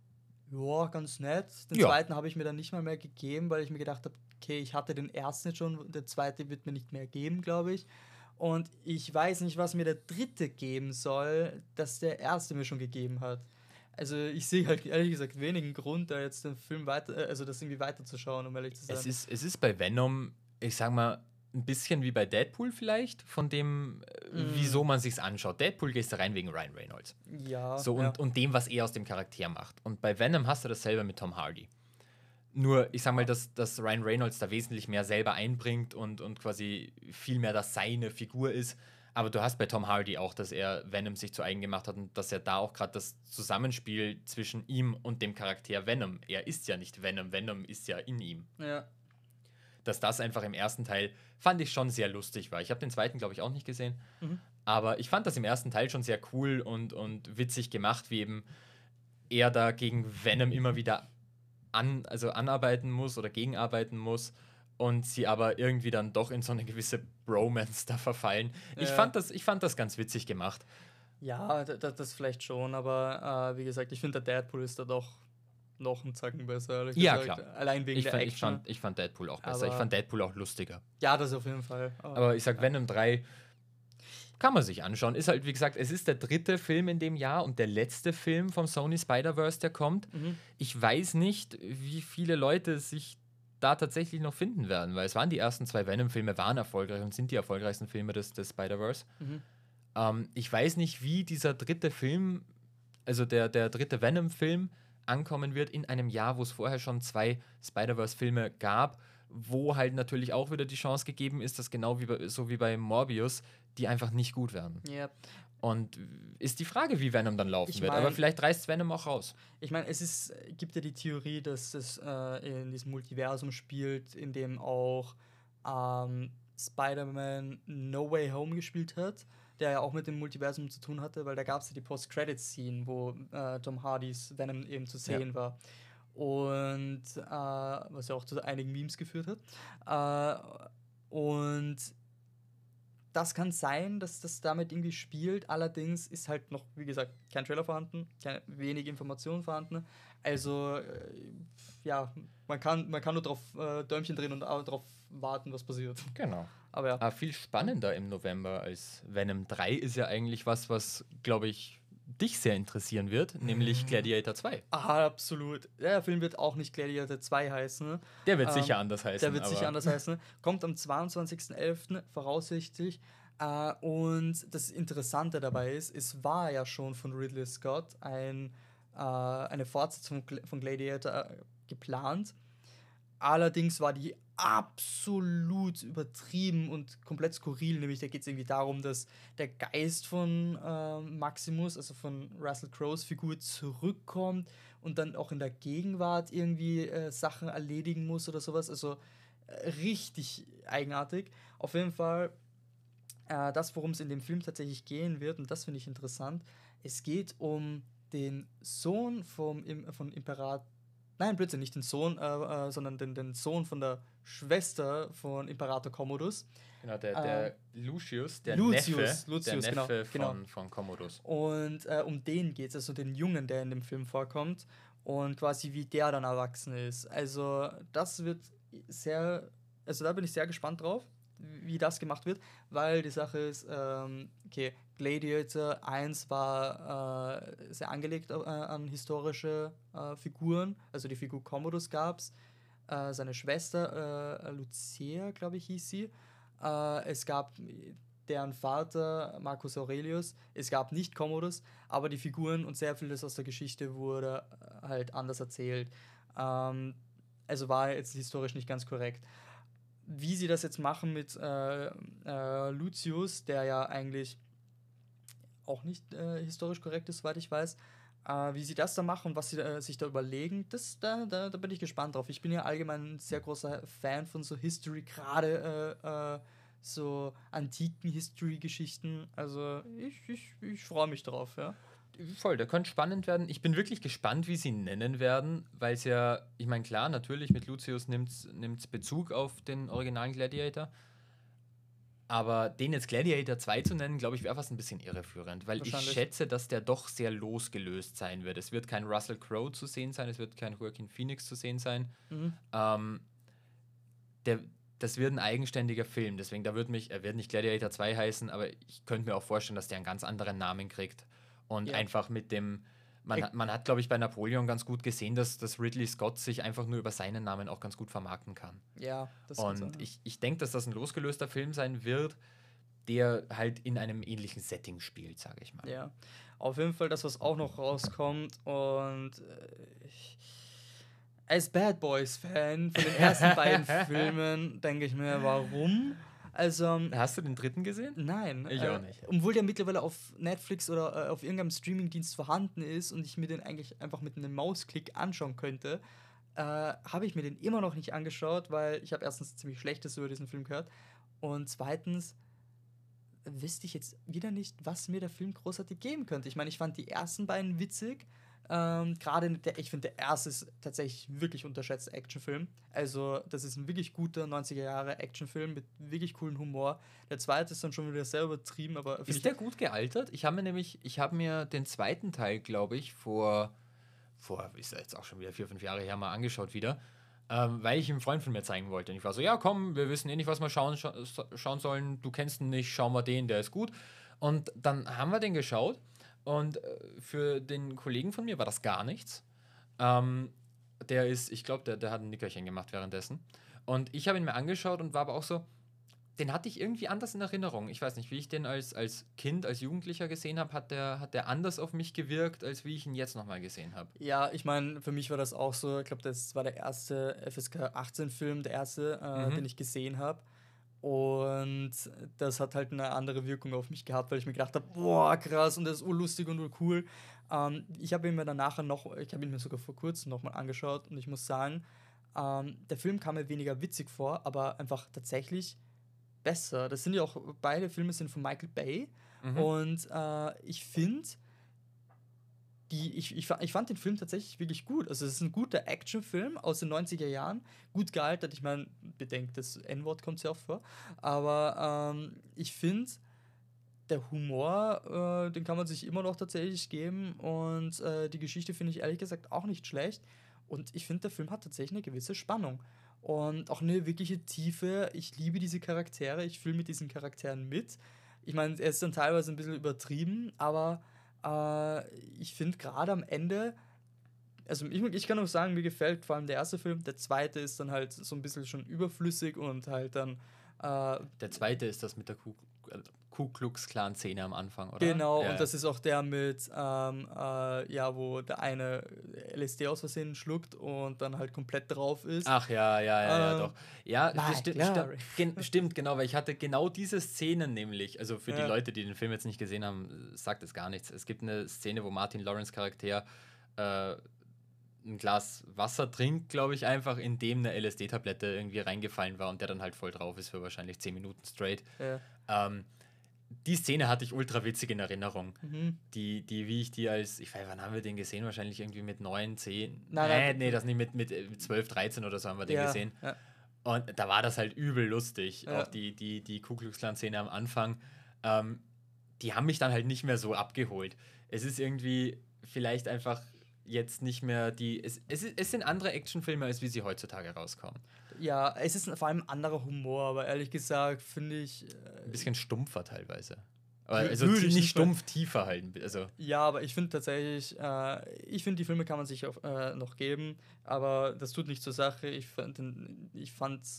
Speaker 1: ja, ganz nett. Den
Speaker 2: Ja.
Speaker 1: zweiten habe ich mir dann nicht mal mehr gegeben, weil ich mir gedacht habe, okay, ich hatte den ersten jetzt schon, der zweite wird mir nicht mehr geben, glaube ich. Und ich weiß nicht, was mir der dritte geben soll, dass der erste mir schon gegeben hat. Also ich sehe halt ehrlich gesagt wenigen Grund, da jetzt den Film weiter, äh, also das irgendwie weiterzuschauen, um ehrlich zu sein.
Speaker 2: Es ist, es ist bei Venom, ich sag mal, ein bisschen wie bei Deadpool vielleicht, von dem, äh,
Speaker 1: Mm.
Speaker 2: wieso man sich's anschaut. Deadpool gehst du rein wegen Ryan Reynolds.
Speaker 1: ja,
Speaker 2: So,
Speaker 1: ja.
Speaker 2: und, und dem, was er aus dem Charakter macht. Und bei Venom hast du dasselbe mit Tom Hardy. Nur, ich sag mal, dass, dass Ryan Reynolds da wesentlich mehr selber einbringt und, und quasi viel mehr das seine Figur ist. Aber du hast bei Tom Hardy auch, dass er Venom sich zu eigen gemacht hat und dass er da auch gerade das Zusammenspiel zwischen ihm und dem Charakter Venom, er ist ja nicht Venom, Venom ist ja in ihm.
Speaker 1: ja.
Speaker 2: Dass das einfach im ersten Teil, fand ich schon sehr lustig war. Ich habe den zweiten, glaube ich, auch nicht gesehen.
Speaker 1: Mhm.
Speaker 2: Aber ich fand das im ersten Teil schon sehr cool und, und witzig gemacht, wie eben er da gegen Venom immer wieder an, also anarbeiten muss oder gegenarbeiten muss und sie aber irgendwie dann doch in so eine gewisse Bromance da verfallen. Ich,
Speaker 1: Ja.
Speaker 2: fand das, ich fand das ganz witzig gemacht.
Speaker 1: Ja, d- d- das vielleicht schon, aber äh, wie gesagt, ich finde, der Deadpool ist da doch noch einen Zacken besser, ehrlich
Speaker 2: Ja,
Speaker 1: gesagt.
Speaker 2: klar.
Speaker 1: Allein wegen
Speaker 2: Ich
Speaker 1: der
Speaker 2: fand, ich,
Speaker 1: Action.
Speaker 2: fand, ich fand Deadpool auch besser.
Speaker 1: Aber-
Speaker 2: Ich fand Deadpool auch lustiger.
Speaker 1: Ja, das auf jeden Fall.
Speaker 2: Aber ich sag, Venom drei kann man sich anschauen. Ist halt, wie gesagt, es ist der dritte Film in dem Jahr und der letzte Film vom Sony Spider-Verse, der kommt.
Speaker 1: Mhm.
Speaker 2: Ich weiß nicht, wie viele Leute sich da tatsächlich noch finden werden, weil es waren die ersten zwei Venom-Filme, waren erfolgreich und sind die erfolgreichsten Filme des, des Spider-Verse.
Speaker 1: Mhm.
Speaker 2: Ähm, ich weiß nicht, wie dieser dritte Film, also der, der dritte Venom-Film, ankommen wird in einem Jahr, wo es vorher schon zwei Spider-Verse-Filme gab, wo halt natürlich auch wieder die Chance gegeben ist, dass genau wie bei, so wie bei Morbius, die einfach nicht gut werden.
Speaker 1: Ja.
Speaker 2: Und ist die Frage, wie Venom dann laufen
Speaker 1: Ich
Speaker 2: wird.
Speaker 1: mein-
Speaker 2: Aber vielleicht reißt Venom auch raus.
Speaker 1: Ich meine, es ist, gibt ja die Theorie, dass es äh, in diesem Multiversum spielt, in dem auch ähm, Spider-Man No Way Home gespielt hat, der ja auch mit dem Multiversum zu tun hatte, weil da gab es ja die Post-Credit-Scene, wo äh, Tom Hardys Venom eben zu sehen war. Und äh, was ja auch zu einigen Memes geführt hat. Äh, und das kann sein, dass das damit irgendwie spielt. Allerdings ist halt noch, wie gesagt, kein Trailer vorhanden, keine, wenig Informationen vorhanden. Also, äh, ja, man kann, man kann nur drauf äh, Däumchen drehen und auch drauf warten, was passiert.
Speaker 2: Genau.
Speaker 1: Aber ja.
Speaker 2: Aber viel spannender im November als Venom drei ist ja eigentlich was, was, glaube ich, dich sehr interessieren wird, nämlich Gladiator zwei.
Speaker 1: Ah, absolut. Der Film wird auch nicht Gladiator zwei heißen.
Speaker 2: Der wird
Speaker 1: Ähm,
Speaker 2: sicher anders heißen.
Speaker 1: Der wird
Speaker 2: aber
Speaker 1: sicher anders heißen. Kommt am zweiundzwanzigsten elften voraussichtlich. Äh, und das Interessante dabei ist, es war ja schon von Ridley Scott ein, äh, eine Fortsetzung von Gladiator äh, geplant. Allerdings war die absolut übertrieben und komplett skurril. Nämlich da geht es irgendwie darum, dass der Geist von äh, Maximus, also von Russell Crowes Figur, zurückkommt und dann auch in der Gegenwart irgendwie äh, Sachen erledigen muss oder sowas. Also äh, richtig eigenartig. Auf jeden Fall äh, das, worum es in dem Film tatsächlich gehen wird, und das finde ich interessant, es geht um den Sohn vom, Im- von Imperator. Nein, Blödsinn, nicht den Sohn, äh, äh, sondern den, den Sohn von der Schwester von Imperator Commodus.
Speaker 2: Genau, der, der Lucius, der
Speaker 1: Lucius,
Speaker 2: Neffe,
Speaker 1: Lucius,
Speaker 2: der
Speaker 1: genau,
Speaker 2: Neffe von,
Speaker 1: genau.
Speaker 2: von Commodus.
Speaker 1: Und äh, um den geht es, also den Jungen, der in dem Film vorkommt. Und quasi wie der dann erwachsen ist. Also das wird sehr, also da bin ich sehr gespannt drauf, wie das gemacht wird, weil die Sache ist, ähm, okay, Gladiator eins war äh, sehr angelegt äh, an historische äh, Figuren, also die Figur Commodus gab es, äh, seine Schwester äh, Lucia, glaube ich, hieß sie, äh, es gab deren Vater Marcus Aurelius, es gab nicht Commodus, aber die Figuren und sehr vieles aus der Geschichte wurde äh, halt anders erzählt. Ähm, also war jetzt historisch nicht ganz korrekt. Wie sie das jetzt machen mit äh, äh, Lucius, der ja eigentlich auch nicht äh, historisch korrekt ist, soweit ich weiß, äh, wie sie das da machen und was sie äh, sich da überlegen, das, da, da, da bin ich gespannt drauf. Ich bin ja allgemein ein sehr großer Fan von so History, gerade äh, äh, so antiken History-Geschichten. Also ich, ich, ich freue mich drauf, ja.
Speaker 2: Voll, der könnte spannend werden. Ich bin wirklich gespannt, wie sie ihn nennen werden, weil es ja, ich meine, klar, natürlich mit Lucius nimmt es Bezug auf den originalen Gladiator. Aber den jetzt Gladiator zwei zu nennen, glaube ich, wäre fast ein bisschen irreführend, weil ich
Speaker 1: Wahrscheinlich.
Speaker 2: schätze, dass der doch sehr losgelöst sein wird. Es wird kein Russell Crowe zu sehen sein, es wird kein Joaquin Phoenix zu sehen sein.
Speaker 1: Mhm.
Speaker 2: Ähm, der, das wird ein eigenständiger Film, deswegen da wird mich, er wird nicht Gladiator zwei heißen, aber ich könnte mir auch vorstellen, dass der einen ganz anderen Namen kriegt. Und
Speaker 1: Ja.
Speaker 2: einfach mit dem, man,
Speaker 1: Ich-
Speaker 2: hat- man hat, glaube ich, bei Napoleon ganz gut gesehen, dass, dass Ridley Scott sich einfach nur über seinen Namen auch ganz gut vermarkten kann.
Speaker 1: Ja, das kann
Speaker 2: Und
Speaker 1: sein, ja.
Speaker 2: ich, ich denke, dass das ein losgelöster Film sein wird, der halt in einem ähnlichen Setting spielt, sage ich mal.
Speaker 1: Ja, auf jeden Fall das, was auch noch rauskommt. Und äh, ich, als Bad Boys-Fan von den ersten beiden Filmen denke ich mir, warum? Also,
Speaker 2: Hast du den dritten gesehen?
Speaker 1: nein.
Speaker 2: Ich
Speaker 1: äh,
Speaker 2: auch nicht.
Speaker 1: Obwohl der mittlerweile auf Netflix oder äh, auf irgendeinem Streamingdienst vorhanden ist und ich mir den eigentlich einfach mit einem Mausklick anschauen könnte, äh, habe ich mir den immer noch nicht angeschaut, weil ich habe erstens ziemlich Schlechtes über diesen Film gehört und zweitens wüsste ich jetzt wieder nicht, was mir der Film großartig geben könnte. Ich meine, ich fand die ersten beiden witzig. Ähm, Gerade der, ich finde, der erste ist tatsächlich wirklich unterschätzter Actionfilm. Also, das ist ein wirklich guter neunziger Jahre Actionfilm mit wirklich coolen Humor. Der zweite ist dann schon wieder sehr übertrieben, aber finde ich.
Speaker 2: Ist der gut gealtert? Ich habe mir nämlich, ich habe mir den zweiten Teil, glaube ich, vor, vor, ist ja jetzt auch schon wieder vier, fünf Jahre her mal angeschaut wieder, ähm, weil ich einem Freund von mir zeigen wollte. Und ich war so, ja komm, wir wissen eh nicht, was wir schauen, scha schauen sollen, du kennst ihn nicht, schau mal den, der ist gut. Und dann haben wir den geschaut und äh, für den Kollegen von mir war das gar nichts. Ähm, der ist, ich glaube, der, der hat ein Nickerchen gemacht währenddessen. Und ich habe ihn mir angeschaut und war aber auch so, den hatte ich irgendwie anders in Erinnerung. Ich weiß nicht, wie ich den als, als Kind, als Jugendlicher gesehen habe, hat der, hat der anders auf mich gewirkt, als wie ich ihn jetzt nochmal gesehen habe.
Speaker 1: Ja, ich meine, für mich war das auch so. Ich glaube, das war der erste F S K achtzehn Film, der erste, äh,
Speaker 2: Mhm.
Speaker 1: den ich gesehen habe. Und das hat halt eine andere Wirkung auf mich gehabt, weil ich mir gedacht habe, boah, krass, und das ist urlustig und urcool. Ähm, ich habe ihn mir dann nachher noch, ich habe ihn mir sogar vor kurzem nochmal angeschaut und ich muss sagen, ähm, der Film kam mir weniger witzig vor, aber einfach tatsächlich besser. Das sind ja auch, beide Filme sind von Michael Bay
Speaker 2: Mhm.
Speaker 1: und äh, ich finde, die, ich, ich, fa- ich fand den Film tatsächlich wirklich gut. Also es ist ein guter Actionfilm aus den neunziger Jahren, gut gealtert. Ich meine, bedenkt, das N-Wort kommt sehr oft vor. Aber ähm, ich finde, der Humor, äh, den kann man sich immer noch tatsächlich geben. Und äh, die Geschichte finde ich ehrlich gesagt auch nicht schlecht. Und ich finde, der Film hat tatsächlich eine gewisse Spannung. Und auch eine wirkliche Tiefe. Ich liebe diese Charaktere. Ich fühle mit diesen Charakteren mit. Ich meine, er ist dann teilweise ein bisschen übertrieben, aber äh, ich finde gerade am Ende, also ich, ich kann auch sagen, mir gefällt vor allem der erste Film. Der zweite ist dann halt so ein bisschen schon überflüssig und halt dann äh,
Speaker 2: Der zweite ist das mit der Ku, äh, Ku Klux Klan-Szene am Anfang, oder?
Speaker 1: genau,
Speaker 2: Ja.
Speaker 1: und das ist auch der mit, ähm, äh, ja, wo der eine L S D aus Versehen schluckt und dann halt komplett drauf ist.
Speaker 2: Ach ja, ja, ja, ja,
Speaker 1: Ähm,
Speaker 2: doch. Ja,
Speaker 1: My
Speaker 2: das sti sti
Speaker 1: Glory.
Speaker 2: gen stimmt, genau, weil ich hatte genau diese Szenen nämlich, also für die
Speaker 1: Ja.
Speaker 2: Leute, die den Film jetzt nicht gesehen haben, äh, sagt es gar nichts. Es gibt eine Szene, wo Martin Lawrence Charakter äh, ein Glas Wasser trinkt, glaube ich, einfach, in dem eine L S D-Tablette irgendwie reingefallen war und der dann halt voll drauf ist für wahrscheinlich zehn Minuten straight.
Speaker 1: Ja.
Speaker 2: Ähm, die Szene hatte ich ultra witzig in Erinnerung.
Speaker 1: Mhm.
Speaker 2: Die, die, wie ich die als, ich weiß, wann haben wir den gesehen? Wahrscheinlich irgendwie mit neun, zehn.
Speaker 1: Nein,
Speaker 2: nee,
Speaker 1: nein,
Speaker 2: nee, das nicht, mit, mit äh, zwölf, dreizehn oder so haben wir den
Speaker 1: Ja,
Speaker 2: gesehen.
Speaker 1: ja,
Speaker 2: Und da war das halt übel lustig.
Speaker 1: Ja.
Speaker 2: Auch die, die, die Ku Klux Klan-Szene am Anfang. Ähm, die haben mich dann halt nicht mehr so abgeholt. Es ist irgendwie vielleicht einfach jetzt nicht mehr die. Es, es, ist- es sind andere Actionfilme, als wie sie heutzutage rauskommen.
Speaker 1: ja, es ist vor allem ein anderer Humor, aber ehrlich gesagt finde ich,
Speaker 2: Ein
Speaker 1: äh,
Speaker 2: bisschen stumpfer teilweise. Aber
Speaker 1: Wür-
Speaker 2: also
Speaker 1: würde
Speaker 2: tie-
Speaker 1: ich
Speaker 2: nicht
Speaker 1: nicht sagen.
Speaker 2: stumpf, tiefer halt. Also,
Speaker 1: ja, aber ich finde tatsächlich, äh, ich finde, die Filme kann man sich auf, äh, noch geben, aber das tut nicht zur Sache. Ich fand den- ich fand's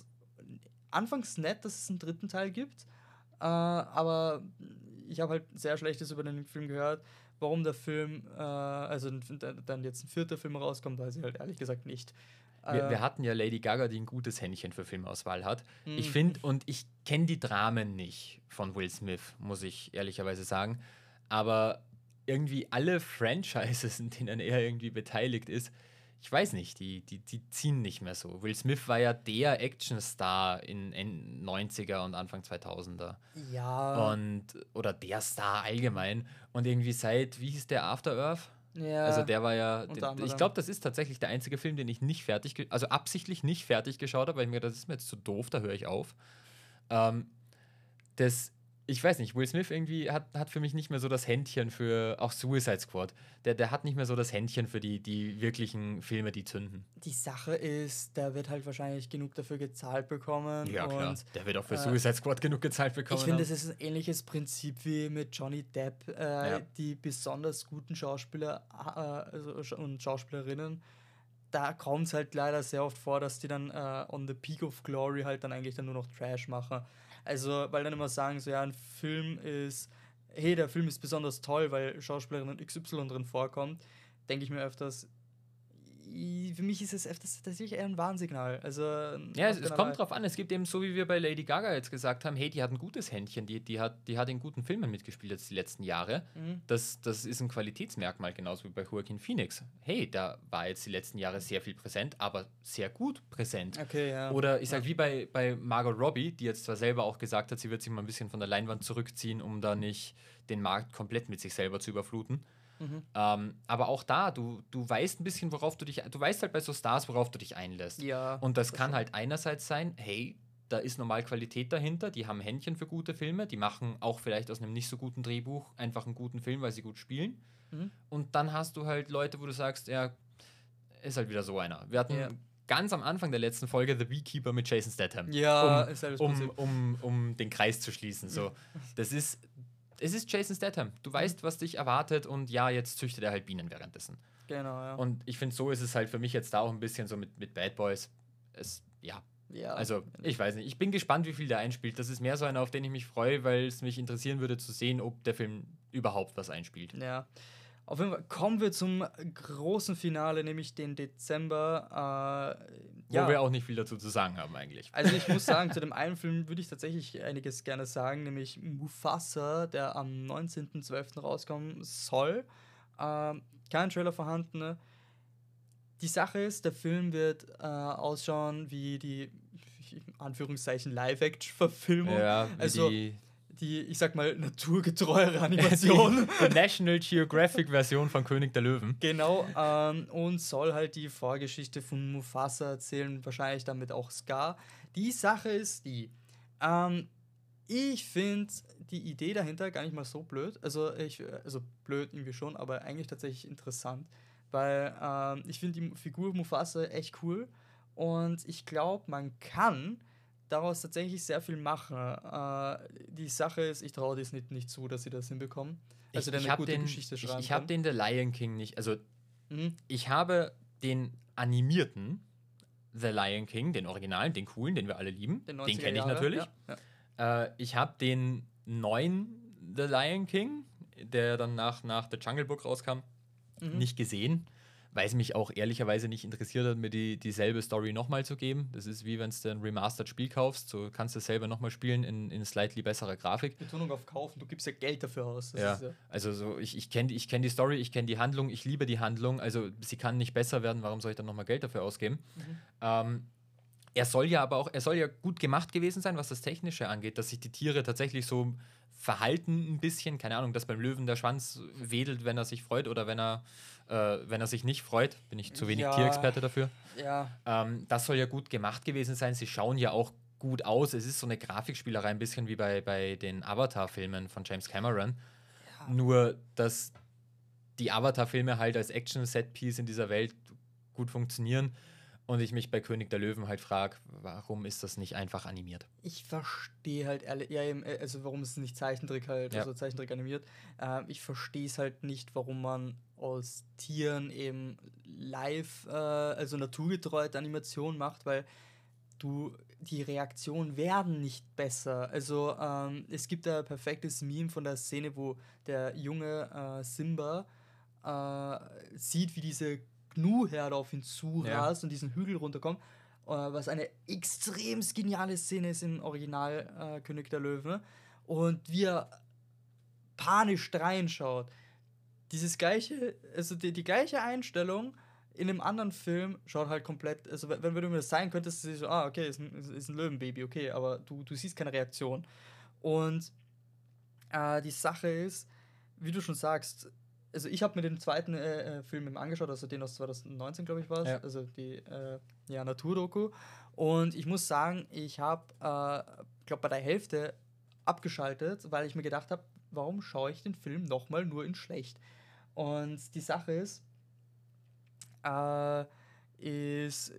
Speaker 1: anfangs nett, dass es einen dritten Teil gibt, äh, aber ich habe halt sehr Schlechtes über den Film gehört. Warum der Film, äh, also n- dann jetzt ein vierter Film rauskommt, weiß ich halt ehrlich gesagt nicht.
Speaker 2: wir,
Speaker 1: Äh,
Speaker 2: wir hatten ja Lady Gaga, die ein gutes Händchen für Filmauswahl hat. Ich
Speaker 1: Mhm.
Speaker 2: finde, und ich kenne die Dramen nicht von Will Smith, muss ich ehrlicherweise sagen. Aber irgendwie alle Franchises, in denen er irgendwie beteiligt ist, ich weiß nicht, die, die, die ziehen nicht mehr so. Will Smith war ja der Actionstar in, in neunziger und Anfang zweitausender.
Speaker 1: ja,
Speaker 2: Und, oder der Star allgemein. Und irgendwie seit, wie hieß der, After Earth?
Speaker 1: ja,
Speaker 2: Also der war ja,
Speaker 1: unter
Speaker 2: den, ich
Speaker 1: anderem.
Speaker 2: glaube, das ist tatsächlich der einzige Film, den ich nicht fertig, ge- also absichtlich nicht fertig geschaut habe, weil ich mir gedacht, das ist mir jetzt zu doof, da höre ich auf. Ähm, das, ich weiß nicht, Will Smith irgendwie hat, hat für mich nicht mehr so das Händchen für, auch Suicide Squad, der, der hat nicht mehr so das Händchen für die, die wirklichen Filme, die zünden.
Speaker 1: Die Sache ist, der wird halt wahrscheinlich genug dafür gezahlt bekommen.
Speaker 2: Ja, klar.
Speaker 1: Und
Speaker 2: Der wird auch für
Speaker 1: äh,
Speaker 2: Suicide Squad genug gezahlt bekommen
Speaker 1: ich finde,
Speaker 2: haben.
Speaker 1: es ist ein ähnliches Prinzip wie mit Johnny Depp. Äh,
Speaker 2: Ja.
Speaker 1: Die besonders guten Schauspieler äh, also, Sch- und Schauspielerinnen, da kommt es halt leider sehr oft vor, dass die dann äh, on the peak of glory halt dann eigentlich dann nur noch Trash machen. Also, weil dann immer sagen, so ja, ein Film ist, hey, der Film ist besonders toll, weil Schauspielerin X Y drin vorkommt, denke ich mir öfters, i- für mich ist es öfters tatsächlich eher ein Warnsignal. Also,
Speaker 2: Ja, es,
Speaker 1: auf
Speaker 2: es
Speaker 1: keinerlei-
Speaker 2: kommt drauf an. Es gibt eben so, wie wir bei Lady Gaga jetzt gesagt haben, hey, die hat ein gutes Händchen, die, die, hat, die hat in guten Filmen mitgespielt jetzt die letzten Jahre.
Speaker 1: Mhm.
Speaker 2: Das, das ist ein Qualitätsmerkmal, genauso wie bei Joaquin Phoenix. Hey, da war jetzt die letzten Jahre sehr viel präsent, aber sehr gut präsent.
Speaker 1: Okay, ja.
Speaker 2: Oder ich sag,
Speaker 1: Ja.
Speaker 2: wie bei, bei Margot Robbie, die jetzt zwar selber auch gesagt hat, sie wird sich mal ein bisschen von der Leinwand zurückziehen, um da nicht den Markt komplett mit sich selber zu überfluten.
Speaker 1: Mhm.
Speaker 2: Ähm, aber auch da, du, du weißt ein bisschen, worauf du dich, du weißt halt bei so Stars, worauf du dich einlässt.
Speaker 1: Ja.
Speaker 2: Und das
Speaker 1: das
Speaker 2: kann
Speaker 1: schon.
Speaker 2: halt einerseits sein, hey, da ist normal Qualität dahinter, die haben Händchen für gute Filme, die machen auch vielleicht aus einem nicht so guten Drehbuch einfach einen guten Film, weil sie gut spielen.
Speaker 1: Mhm.
Speaker 2: Und dann hast du halt Leute, wo du sagst, ja, ist halt wieder so einer. Wir hatten
Speaker 1: Ja.
Speaker 2: ganz am Anfang der letzten Folge The Beekeeper mit Jason Statham.
Speaker 1: Ja,
Speaker 2: um,
Speaker 1: ist halt das
Speaker 2: um,
Speaker 1: Prinzip.
Speaker 2: um, um den Kreis zu schließen. So. Das ist, es ist Jason Statham. Du weißt, was dich erwartet und ja, jetzt züchtet er halt Bienen währenddessen.
Speaker 1: Genau, ja.
Speaker 2: Und ich finde, so ist es halt für mich jetzt da auch ein bisschen so mit, mit Bad Boys. Es, ja,
Speaker 1: Ja.
Speaker 2: Also, ich weiß nicht. Ich bin gespannt, wie viel der einspielt. Das ist mehr so einer, auf den ich mich freue, weil es mich interessieren würde zu sehen, ob der Film überhaupt was einspielt.
Speaker 1: Ja. Auf jeden Fall kommen wir zum großen Finale, nämlich den Dezember. Äh, ja.
Speaker 2: Wo wir auch nicht viel dazu zu sagen haben eigentlich.
Speaker 1: Also ich muss sagen, zu dem einen Film würde ich tatsächlich einiges gerne sagen, nämlich Mufasa, der am neunzehnten zwölften rauskommen soll. Ähm, kein Trailer vorhanden. Ne? Die Sache ist, der Film wird äh, ausschauen wie die, in Anführungszeichen, Live-Action-Verfilmung.
Speaker 2: Ja, wie
Speaker 1: also
Speaker 2: die,
Speaker 1: die, ich sag mal, naturgetreuere Animation.
Speaker 2: die, die National Geographic-Version von König der Löwen.
Speaker 1: Genau, ähm, und soll halt die Vorgeschichte von Mufasa erzählen, wahrscheinlich damit auch Scar. Die Sache ist die, ähm, ich finde die Idee dahinter gar nicht mal so blöd. Also, ich, also blöd irgendwie schon, aber eigentlich tatsächlich interessant. Weil ähm, ich finde die Figur Mufasa echt cool. Und ich glaube, man kann daraus tatsächlich sehr viel machen. Äh, die Sache ist, ich traue Disney nicht zu, dass sie das hinbekommen. Also,
Speaker 2: ich,
Speaker 1: eine
Speaker 2: ich
Speaker 1: gute
Speaker 2: den,
Speaker 1: Geschichte schreiben.
Speaker 2: Ich, ich habe den The Lion King nicht. Also,
Speaker 1: Mhm.
Speaker 2: ich habe den animierten The Lion King, den Originalen, den coolen, den wir alle lieben. Den, den kenne ich natürlich.
Speaker 1: Ja, ja.
Speaker 2: Äh, ich habe den neuen The Lion King, der dann nach, nach The Jungle Book rauskam, mhm. nicht gesehen. Weil es mich auch ehrlicherweise nicht interessiert hat, mir die, dieselbe Story nochmal zu geben. Das ist wie wenn du ein Remastered-Spiel kaufst, so kannst du es selber nochmal spielen in, in slightly besserer Grafik.
Speaker 1: Betonung auf kaufen, du gibst ja Geld dafür aus. Das
Speaker 2: ja,
Speaker 1: ist ja,
Speaker 2: also so, ich, ich kenne ich kenn die Story, ich kenne die Handlung, ich liebe die Handlung, also sie kann nicht besser werden, warum soll ich dann nochmal Geld dafür ausgeben? Mhm. Ähm, er soll ja aber auch, er soll ja gut gemacht gewesen sein, was das Technische angeht, dass sich die Tiere tatsächlich so verhalten ein bisschen, keine Ahnung, dass beim Löwen der Schwanz wedelt, wenn er sich freut oder wenn er Äh, wenn er sich nicht freut, bin ich zu wenig ja, Tierexperte dafür.
Speaker 1: Ja.
Speaker 2: Ähm, das soll ja gut gemacht gewesen sein. Sie schauen ja auch gut aus. Es ist so eine Grafikspielerei, ein bisschen wie bei, bei den Avatar-Filmen von James Cameron. Ja. Nur, dass die Avatar-Filme halt als Action-Set-Piece in dieser Welt gut funktionieren und ich mich bei König der Löwen halt frage, warum ist das nicht einfach animiert?
Speaker 1: Ich verstehe halt ehrlich, ja, also warum ist es nicht Zeichentrick halt, ja. also Zeichentrick animiert. Ähm, ich verstehe es halt nicht, warum man aus Tieren eben live, äh, also naturgetreute Animation macht, weil du, die Reaktionen werden nicht besser. Also ähm, es gibt da ein perfektes Meme von der Szene, wo der junge äh, Simba äh, sieht, wie diese Gnu-Herde auf ihn zurast ja. und diesen Hügel runterkommt, äh, was eine extrem geniale Szene ist im Original äh, König der Löwen. Und wie er panisch reinschaut. Dieses gleiche, also die, die gleiche Einstellung in einem anderen Film schaut halt komplett, also wenn, wenn du mir das zeigen könntest, ist so, ah, okay, ist ein, ist ein Löwenbaby, okay, aber du, du siehst keine Reaktion. Und äh, die Sache ist, wie du schon sagst, also ich habe mir den zweiten äh, Film eben angeschaut, also den aus zwanzig neunzehn, glaube ich, war es, ja. also die äh, ja, Naturdoku. Und ich muss sagen, ich habe, äh, glaube bei der Hälfte abgeschaltet, weil ich mir gedacht habe, warum schaue ich den Film nochmal nur in schlecht? Und die Sache ist, äh, ist,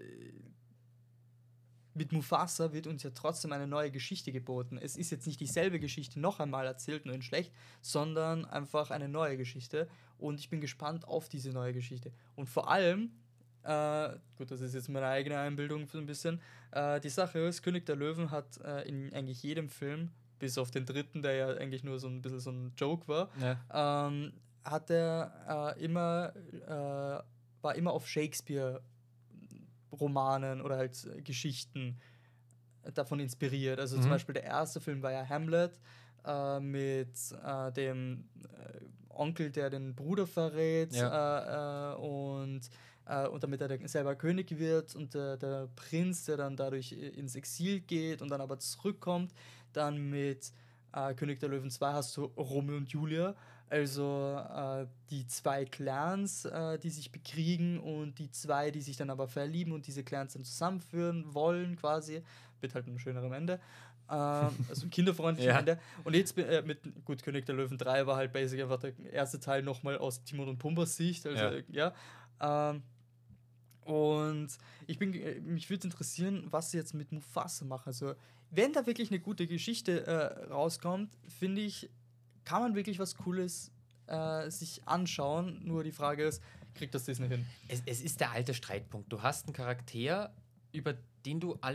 Speaker 1: mit Mufasa wird uns ja trotzdem eine neue Geschichte geboten. Es ist jetzt nicht dieselbe Geschichte noch einmal erzählt, nur in schlecht, sondern einfach eine neue Geschichte. Und ich bin gespannt auf diese neue Geschichte. Und vor allem, äh, gut, das ist jetzt meine eigene Einbildung so ein bisschen, äh, die Sache ist, König der Löwen hat äh, in eigentlich jedem Film, bis auf den dritten, der ja eigentlich nur so ein bisschen so ein Joke war, ja. ähm, hat er äh, immer, äh, war immer auf Shakespeare Romanen oder halt äh, Geschichten davon inspiriert. Also mhm. zum Beispiel der erste Film war ja Hamlet äh, mit äh, dem äh, Onkel, der den Bruder verrät ja. äh, äh, und, äh, und damit er selber König wird und äh, der Prinz, der dann dadurch ins Exil geht und dann aber zurückkommt. Dann mit äh, König der Löwen zwei hast du Romeo und Julia, also äh, die zwei Clans, äh, die sich bekriegen und die zwei, die sich dann aber verlieben und diese Clans dann zusammenführen wollen quasi, mit halt einem schöneren Ende, äh, also ein kinderfreundlichen ja. Ende. Und jetzt äh, mit, gut, König der Löwen drei war halt basically einfach der erste Teil nochmal aus Timon und Pumbas Sicht, also ja, ja ähm, und ich bin, mich würde interessieren, was sie jetzt mit Mufasa machen. Also, wenn da wirklich eine gute Geschichte äh, rauskommt, finde ich, kann man wirklich was Cooles äh, sich anschauen. Nur die Frage ist, kriegt das Disney hin?
Speaker 2: Es, es ist der alte Streitpunkt. Du hast einen Charakter, über den du alles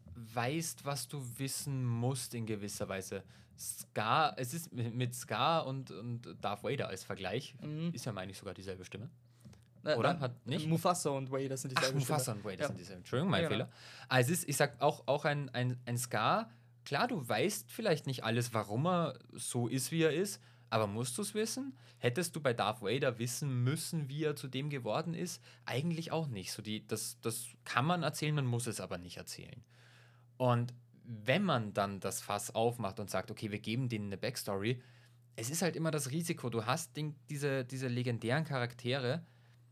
Speaker 2: weißt, was du wissen musst in gewisser Weise. Scar, es ist mit Scar und, und Darth Vader als Vergleich,
Speaker 1: Mhm.
Speaker 2: ist ja, meine ich, sogar dieselbe Stimme.
Speaker 1: Äh,
Speaker 2: Oder?
Speaker 1: nein,
Speaker 2: Hat nicht?
Speaker 1: Mufasa und Vader sind
Speaker 2: Ach,
Speaker 1: dieselbe
Speaker 2: Mufasa
Speaker 1: Stimme.
Speaker 2: und Vader
Speaker 1: Ja.
Speaker 2: sind dieselbe. Entschuldigung, mein
Speaker 1: Ja, genau.
Speaker 2: Fehler. Also es ist, ich sag auch, auch ein, ein, ein Scar, klar, du weißt vielleicht nicht alles, warum er so ist, wie er ist, aber musst du es wissen? Hättest du bei Darth Vader wissen müssen, wie er zu dem geworden ist? Eigentlich auch nicht. So die, das, das kann man erzählen, man muss es aber nicht erzählen. Und wenn man dann das Fass aufmacht und sagt, okay, wir geben denen eine Backstory, es ist halt immer das Risiko, du hast den, diese, diese legendären Charaktere,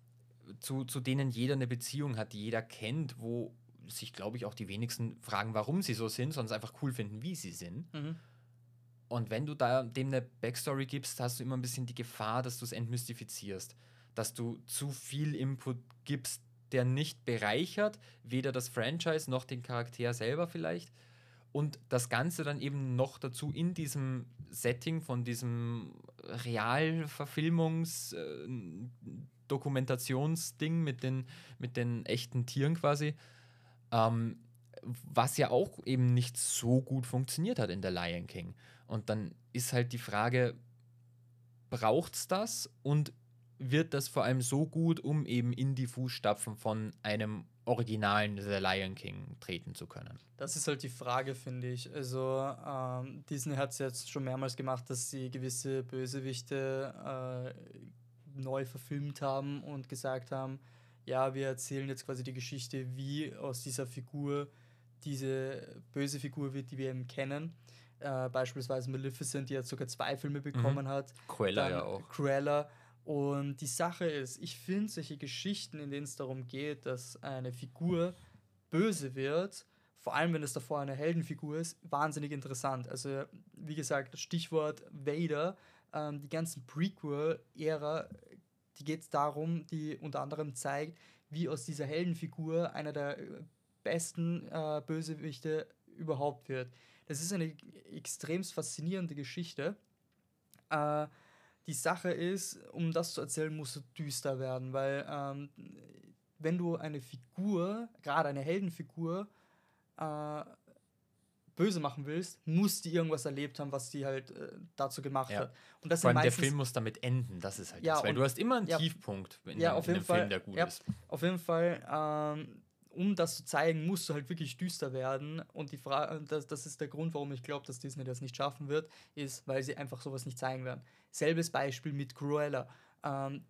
Speaker 2: zu, zu denen jeder eine Beziehung hat, die jeder kennt, wo sich, glaube ich, auch die wenigsten fragen, warum sie so sind, sondern es einfach cool finden, wie sie sind.
Speaker 1: Mhm.
Speaker 2: Und wenn du da dem eine Backstory gibst, hast du immer ein bisschen die Gefahr, dass du es entmystifizierst. Dass du zu viel Input gibst, der nicht bereichert, weder das Franchise noch den Charakter selber vielleicht. Und das Ganze dann eben noch dazu in diesem Setting von diesem Realverfilmungs- äh, Dokumentationsding mit den, mit den echten Tieren quasi, ähm, was ja auch eben nicht so gut funktioniert hat in der Lion King. Und dann ist halt die Frage, braucht es das und wird das vor allem so gut, um eben in die Fußstapfen von einem originalen The Lion King treten zu können?
Speaker 1: Das ist halt die Frage, finde ich. Also ähm, Disney hat es jetzt schon mehrmals gemacht, dass sie gewisse Bösewichte äh, neu verfilmt haben und gesagt haben, ja, wir erzählen jetzt quasi die Geschichte, wie aus dieser Figur diese böse Figur wird, die wir eben kennen. Äh, beispielsweise Maleficent, die jetzt sogar zwei Filme bekommen
Speaker 2: Mhm.
Speaker 1: hat.
Speaker 2: Cruella
Speaker 1: Dann
Speaker 2: ja auch.
Speaker 1: Cruella. Und die Sache ist, ich finde solche Geschichten, in denen es darum geht, dass eine Figur böse wird, vor allem wenn es davor eine Heldenfigur ist, wahnsinnig interessant. Also, wie gesagt, das Stichwort Vader, ähm, die ganzen Prequel-Ära, die geht es darum, die unter anderem zeigt, wie aus dieser Heldenfigur einer der äh, besten äh, Bösewichte überhaupt wird. Das ist eine extremst faszinierende Geschichte. Äh, die Sache ist, um das zu erzählen, musst du düster werden, weil ähm, wenn du eine Figur, gerade eine Heldenfigur, äh, böse machen willst, muss die irgendwas erlebt haben, was die halt äh, dazu gemacht
Speaker 2: Ja.
Speaker 1: hat. Und das
Speaker 2: Vor
Speaker 1: sind
Speaker 2: allem der
Speaker 1: meistens,
Speaker 2: Film muss damit enden, das ist halt
Speaker 1: ja,
Speaker 2: das, weil
Speaker 1: und
Speaker 2: du hast immer einen
Speaker 1: ja,
Speaker 2: Tiefpunkt in,
Speaker 1: ja,
Speaker 2: einem,
Speaker 1: auf
Speaker 2: in
Speaker 1: jeden
Speaker 2: einem Film,
Speaker 1: Fall,
Speaker 2: der gut
Speaker 1: ja,
Speaker 2: ist.
Speaker 1: auf jeden Fall, ähm, um das zu zeigen, musst du halt wirklich düster werden. Und die Frage, das, das ist der Grund, warum ich glaube, dass Disney das nicht schaffen wird, ist, weil sie einfach sowas nicht zeigen werden. Selbes Beispiel mit Cruella. Ähm,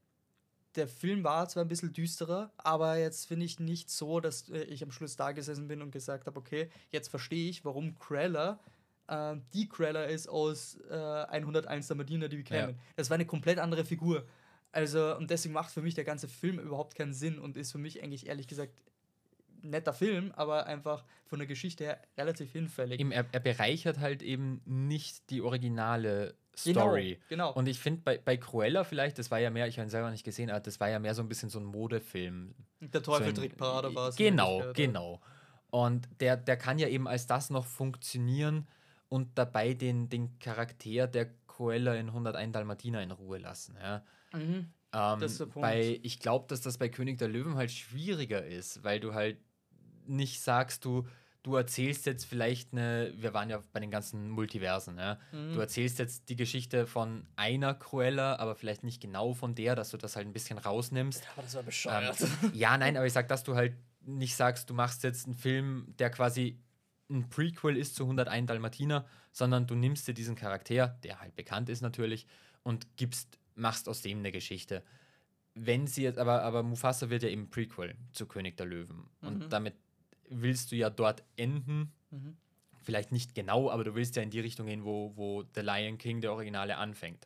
Speaker 1: der Film war zwar ein bisschen düsterer, aber jetzt finde ich nicht so, dass äh, ich am Schluss da gesessen bin und gesagt habe, okay, jetzt verstehe ich, warum Cruella äh, die Cruella ist aus äh, hunderteins Dalmatiner, die wir
Speaker 2: Ja.
Speaker 1: kennen. Das war eine komplett andere Figur. Also, und deswegen macht für mich der ganze Film überhaupt keinen Sinn und ist für mich eigentlich ehrlich gesagt netter Film, aber einfach von der Geschichte her relativ hinfällig.
Speaker 2: Eben, er, er bereichert halt eben nicht die originale
Speaker 1: Genau,
Speaker 2: Story.
Speaker 1: genau.
Speaker 2: Und ich finde, bei, bei Cruella vielleicht, das war ja mehr, ich habe ihn selber nicht gesehen, aber das war ja mehr so ein bisschen so ein Modefilm.
Speaker 1: Der
Speaker 2: So
Speaker 1: Teufel
Speaker 2: ein,
Speaker 1: trägt Prada war es. in
Speaker 2: genau,
Speaker 1: Wirklichkeit, ja.
Speaker 2: genau. Und der, der kann ja eben als das noch funktionieren und dabei den, den Charakter der Cruella in hunderteins Dalmatiner in Ruhe lassen. Ja.
Speaker 1: Mhm.
Speaker 2: Ähm,
Speaker 1: Das ist der Punkt.
Speaker 2: bei, ich glaube, dass das bei König der Löwen halt schwieriger ist, weil du halt nicht sagst, du, du erzählst jetzt vielleicht eine, wir waren ja bei den ganzen Multiversen, ja?
Speaker 1: Mhm.
Speaker 2: Du erzählst jetzt die Geschichte von einer Cruella, aber vielleicht nicht genau von der, dass du das halt ein bisschen rausnimmst.
Speaker 1: Aber das war
Speaker 2: Ähm,
Speaker 1: bescheuert.
Speaker 2: ja, nein, aber ich sag, dass du halt nicht sagst, du machst jetzt einen Film, der quasi ein Prequel ist zu hunderteins Dalmatiner, sondern du nimmst dir diesen Charakter, der halt bekannt ist natürlich, und gibst, machst aus dem eine Geschichte. Wenn sie jetzt, aber, aber Mufasa wird ja eben Prequel zu König der Löwen. Und
Speaker 1: Mhm.
Speaker 2: damit willst du ja dort enden.
Speaker 1: Mhm.
Speaker 2: Vielleicht nicht genau, aber du willst ja in die Richtung gehen, wo, wo The Lion King, der Originale, anfängt.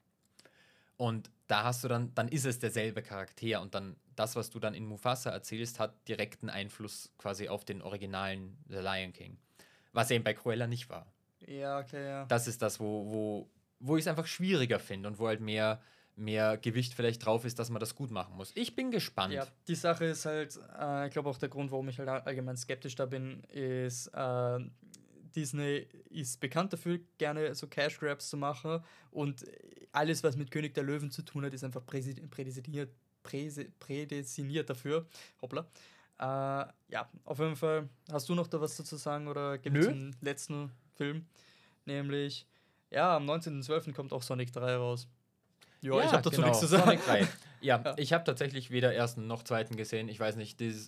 Speaker 2: Und da hast du dann, dann ist es derselbe Charakter und dann das, was du dann in Mufasa erzählst, hat direkten Einfluss quasi auf den originalen The Lion King. Was eben bei Cruella nicht war.
Speaker 1: Ja, okay, ja.
Speaker 2: Das ist das, wo, wo, wo ich es einfach schwieriger finde und wo halt mehr, mehr Gewicht vielleicht drauf ist, dass man das gut machen muss. Ich bin gespannt.
Speaker 1: Ja, die Sache ist halt, äh, ich glaube auch der Grund, warum ich halt allgemein skeptisch da bin, ist, äh, Disney ist bekannt dafür, gerne so Cash Grabs zu machen und alles, was mit König der Löwen zu tun hat, ist einfach präsi- prädestiniert, präse- prädestiniert dafür. Hoppla. Äh, ja, auf jeden Fall. Hast du noch da was dazu sagen oder gibt es einen letzten Film? Nämlich, ja, am neunzehnten zwölften kommt auch Sonic drei raus.
Speaker 2: Jo, ja, ich habe dazu genau. nichts zu sagen. Sonic drei. Ja, ja. Ich habe tatsächlich weder ersten noch zweiten gesehen. Ich weiß nicht, dieses.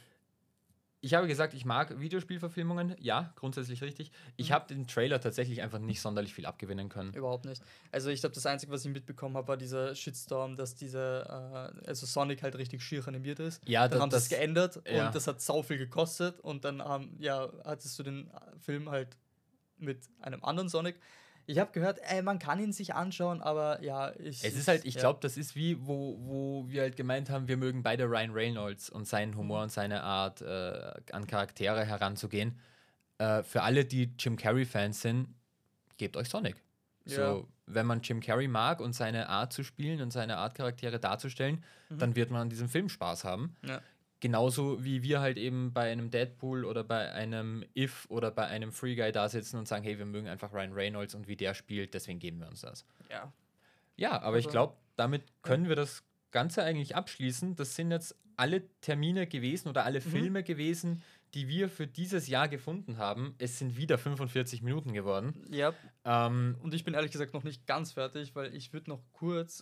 Speaker 2: Ich habe gesagt, ich mag Videospielverfilmungen. Ja, grundsätzlich richtig. Ich mhm. habe den Trailer tatsächlich einfach nicht sonderlich viel abgewinnen können.
Speaker 1: Überhaupt nicht. Also ich glaube, das Einzige, was ich mitbekommen habe, war dieser Shitstorm, dass diese, äh, also Sonic halt richtig schier animiert ist.
Speaker 2: Ja,
Speaker 1: dann
Speaker 2: da,
Speaker 1: haben sie es geändert
Speaker 2: ja.
Speaker 1: und das hat sau viel gekostet und dann haben, ja, hattest du den Film halt mit einem anderen Sonic. Ich habe gehört, ey, man kann ihn sich anschauen, aber ja, ich...
Speaker 2: Es ist halt, ich ja. glaube, das ist wie, wo, wo wir halt gemeint haben, wir mögen beide Ryan Reynolds und seinen Humor mhm. und seine Art, äh, an Charaktere heranzugehen. Äh, für alle, die Jim Carrey-Fans sind, gebt euch Sonic. Ja. So, wenn man Jim Carrey mag und seine Art zu spielen und seine Art, Charaktere darzustellen, mhm. dann wird man an diesem Film Spaß haben.
Speaker 1: Ja.
Speaker 2: Genauso wie wir halt eben bei einem Deadpool oder bei einem If oder bei einem Free Guy da sitzen und sagen, hey, wir mögen einfach Ryan Reynolds und wie der spielt, deswegen geben wir uns das.
Speaker 1: Ja.
Speaker 2: Ja, aber also, ich glaube, damit können ja. wir das Ganze eigentlich abschließen. Das sind jetzt alle Termine gewesen oder alle mhm. Filme gewesen, die wir für dieses Jahr gefunden haben. Es sind wieder fünfundvierzig Minuten geworden.
Speaker 1: Ja.
Speaker 2: Ähm,
Speaker 1: und ich bin ehrlich gesagt noch nicht ganz fertig, weil ich würde noch kurz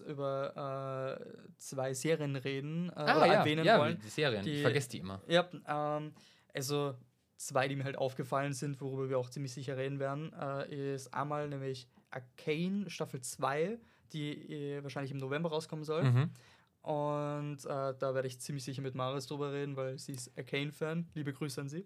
Speaker 1: über äh, zwei Serien reden äh,
Speaker 2: ah,
Speaker 1: oder
Speaker 2: ja,
Speaker 1: erwähnen
Speaker 2: ja,
Speaker 1: wollen.
Speaker 2: Die Serien,
Speaker 1: die,
Speaker 2: ich vergesse die immer.
Speaker 1: Ja, ähm, also zwei, die mir halt aufgefallen sind, worüber wir auch ziemlich sicher reden werden, äh, ist einmal nämlich Arcane Staffel zwei, die äh, wahrscheinlich im November rauskommen soll.
Speaker 2: Mhm.
Speaker 1: Und äh, da werde ich ziemlich sicher mit Maris drüber reden, weil sie ist Arcane-Fan. Liebe Grüße an sie.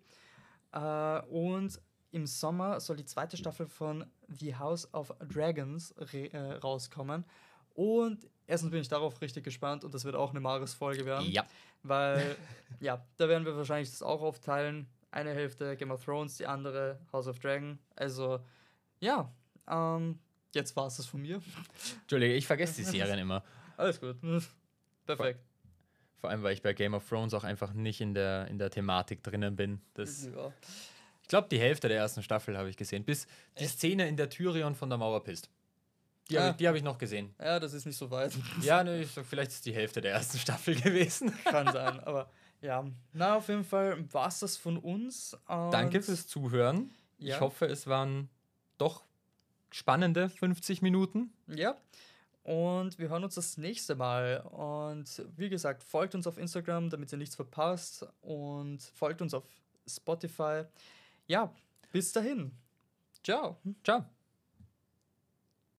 Speaker 1: Äh, und im Sommer soll die zweite Staffel von The House of Dragons re- äh, rauskommen. Und erstens bin ich darauf richtig gespannt und das wird auch eine Maris-Folge werden.
Speaker 2: Ja.
Speaker 1: Weil, ja, da werden wir wahrscheinlich das auch aufteilen. Eine Hälfte Game of Thrones, die andere House of Dragon. Also, ja, ähm, jetzt war es das von mir.
Speaker 2: Entschuldige, ich vergesse die Serien immer.
Speaker 1: Alles gut. Perfekt.
Speaker 2: Vor, vor allem, weil ich bei Game of Thrones auch einfach nicht in der, in der Thematik drinnen bin. Das,
Speaker 1: ja.
Speaker 2: Ich glaube, die Hälfte der ersten Staffel habe ich gesehen. Bis die Echt? Szene, in der Tyrion von der Mauer pisst. Die ah. habe ich, hab ich noch gesehen.
Speaker 1: Ja, das ist nicht so weit.
Speaker 2: Ja, ne, ich sag, vielleicht ist die Hälfte der ersten Staffel gewesen.
Speaker 1: Kann sein, aber ja. Na, auf jeden Fall war es das von uns.
Speaker 2: Danke fürs Zuhören. Ja. Ich hoffe, es waren doch spannende fünfzig Minuten.
Speaker 1: Ja. Und wir hören uns das nächste Mal. Und wie gesagt, folgt uns auf Instagram, damit ihr nichts verpasst. Und folgt uns auf Spotify. Ja, bis dahin. Ciao.
Speaker 2: Ciao.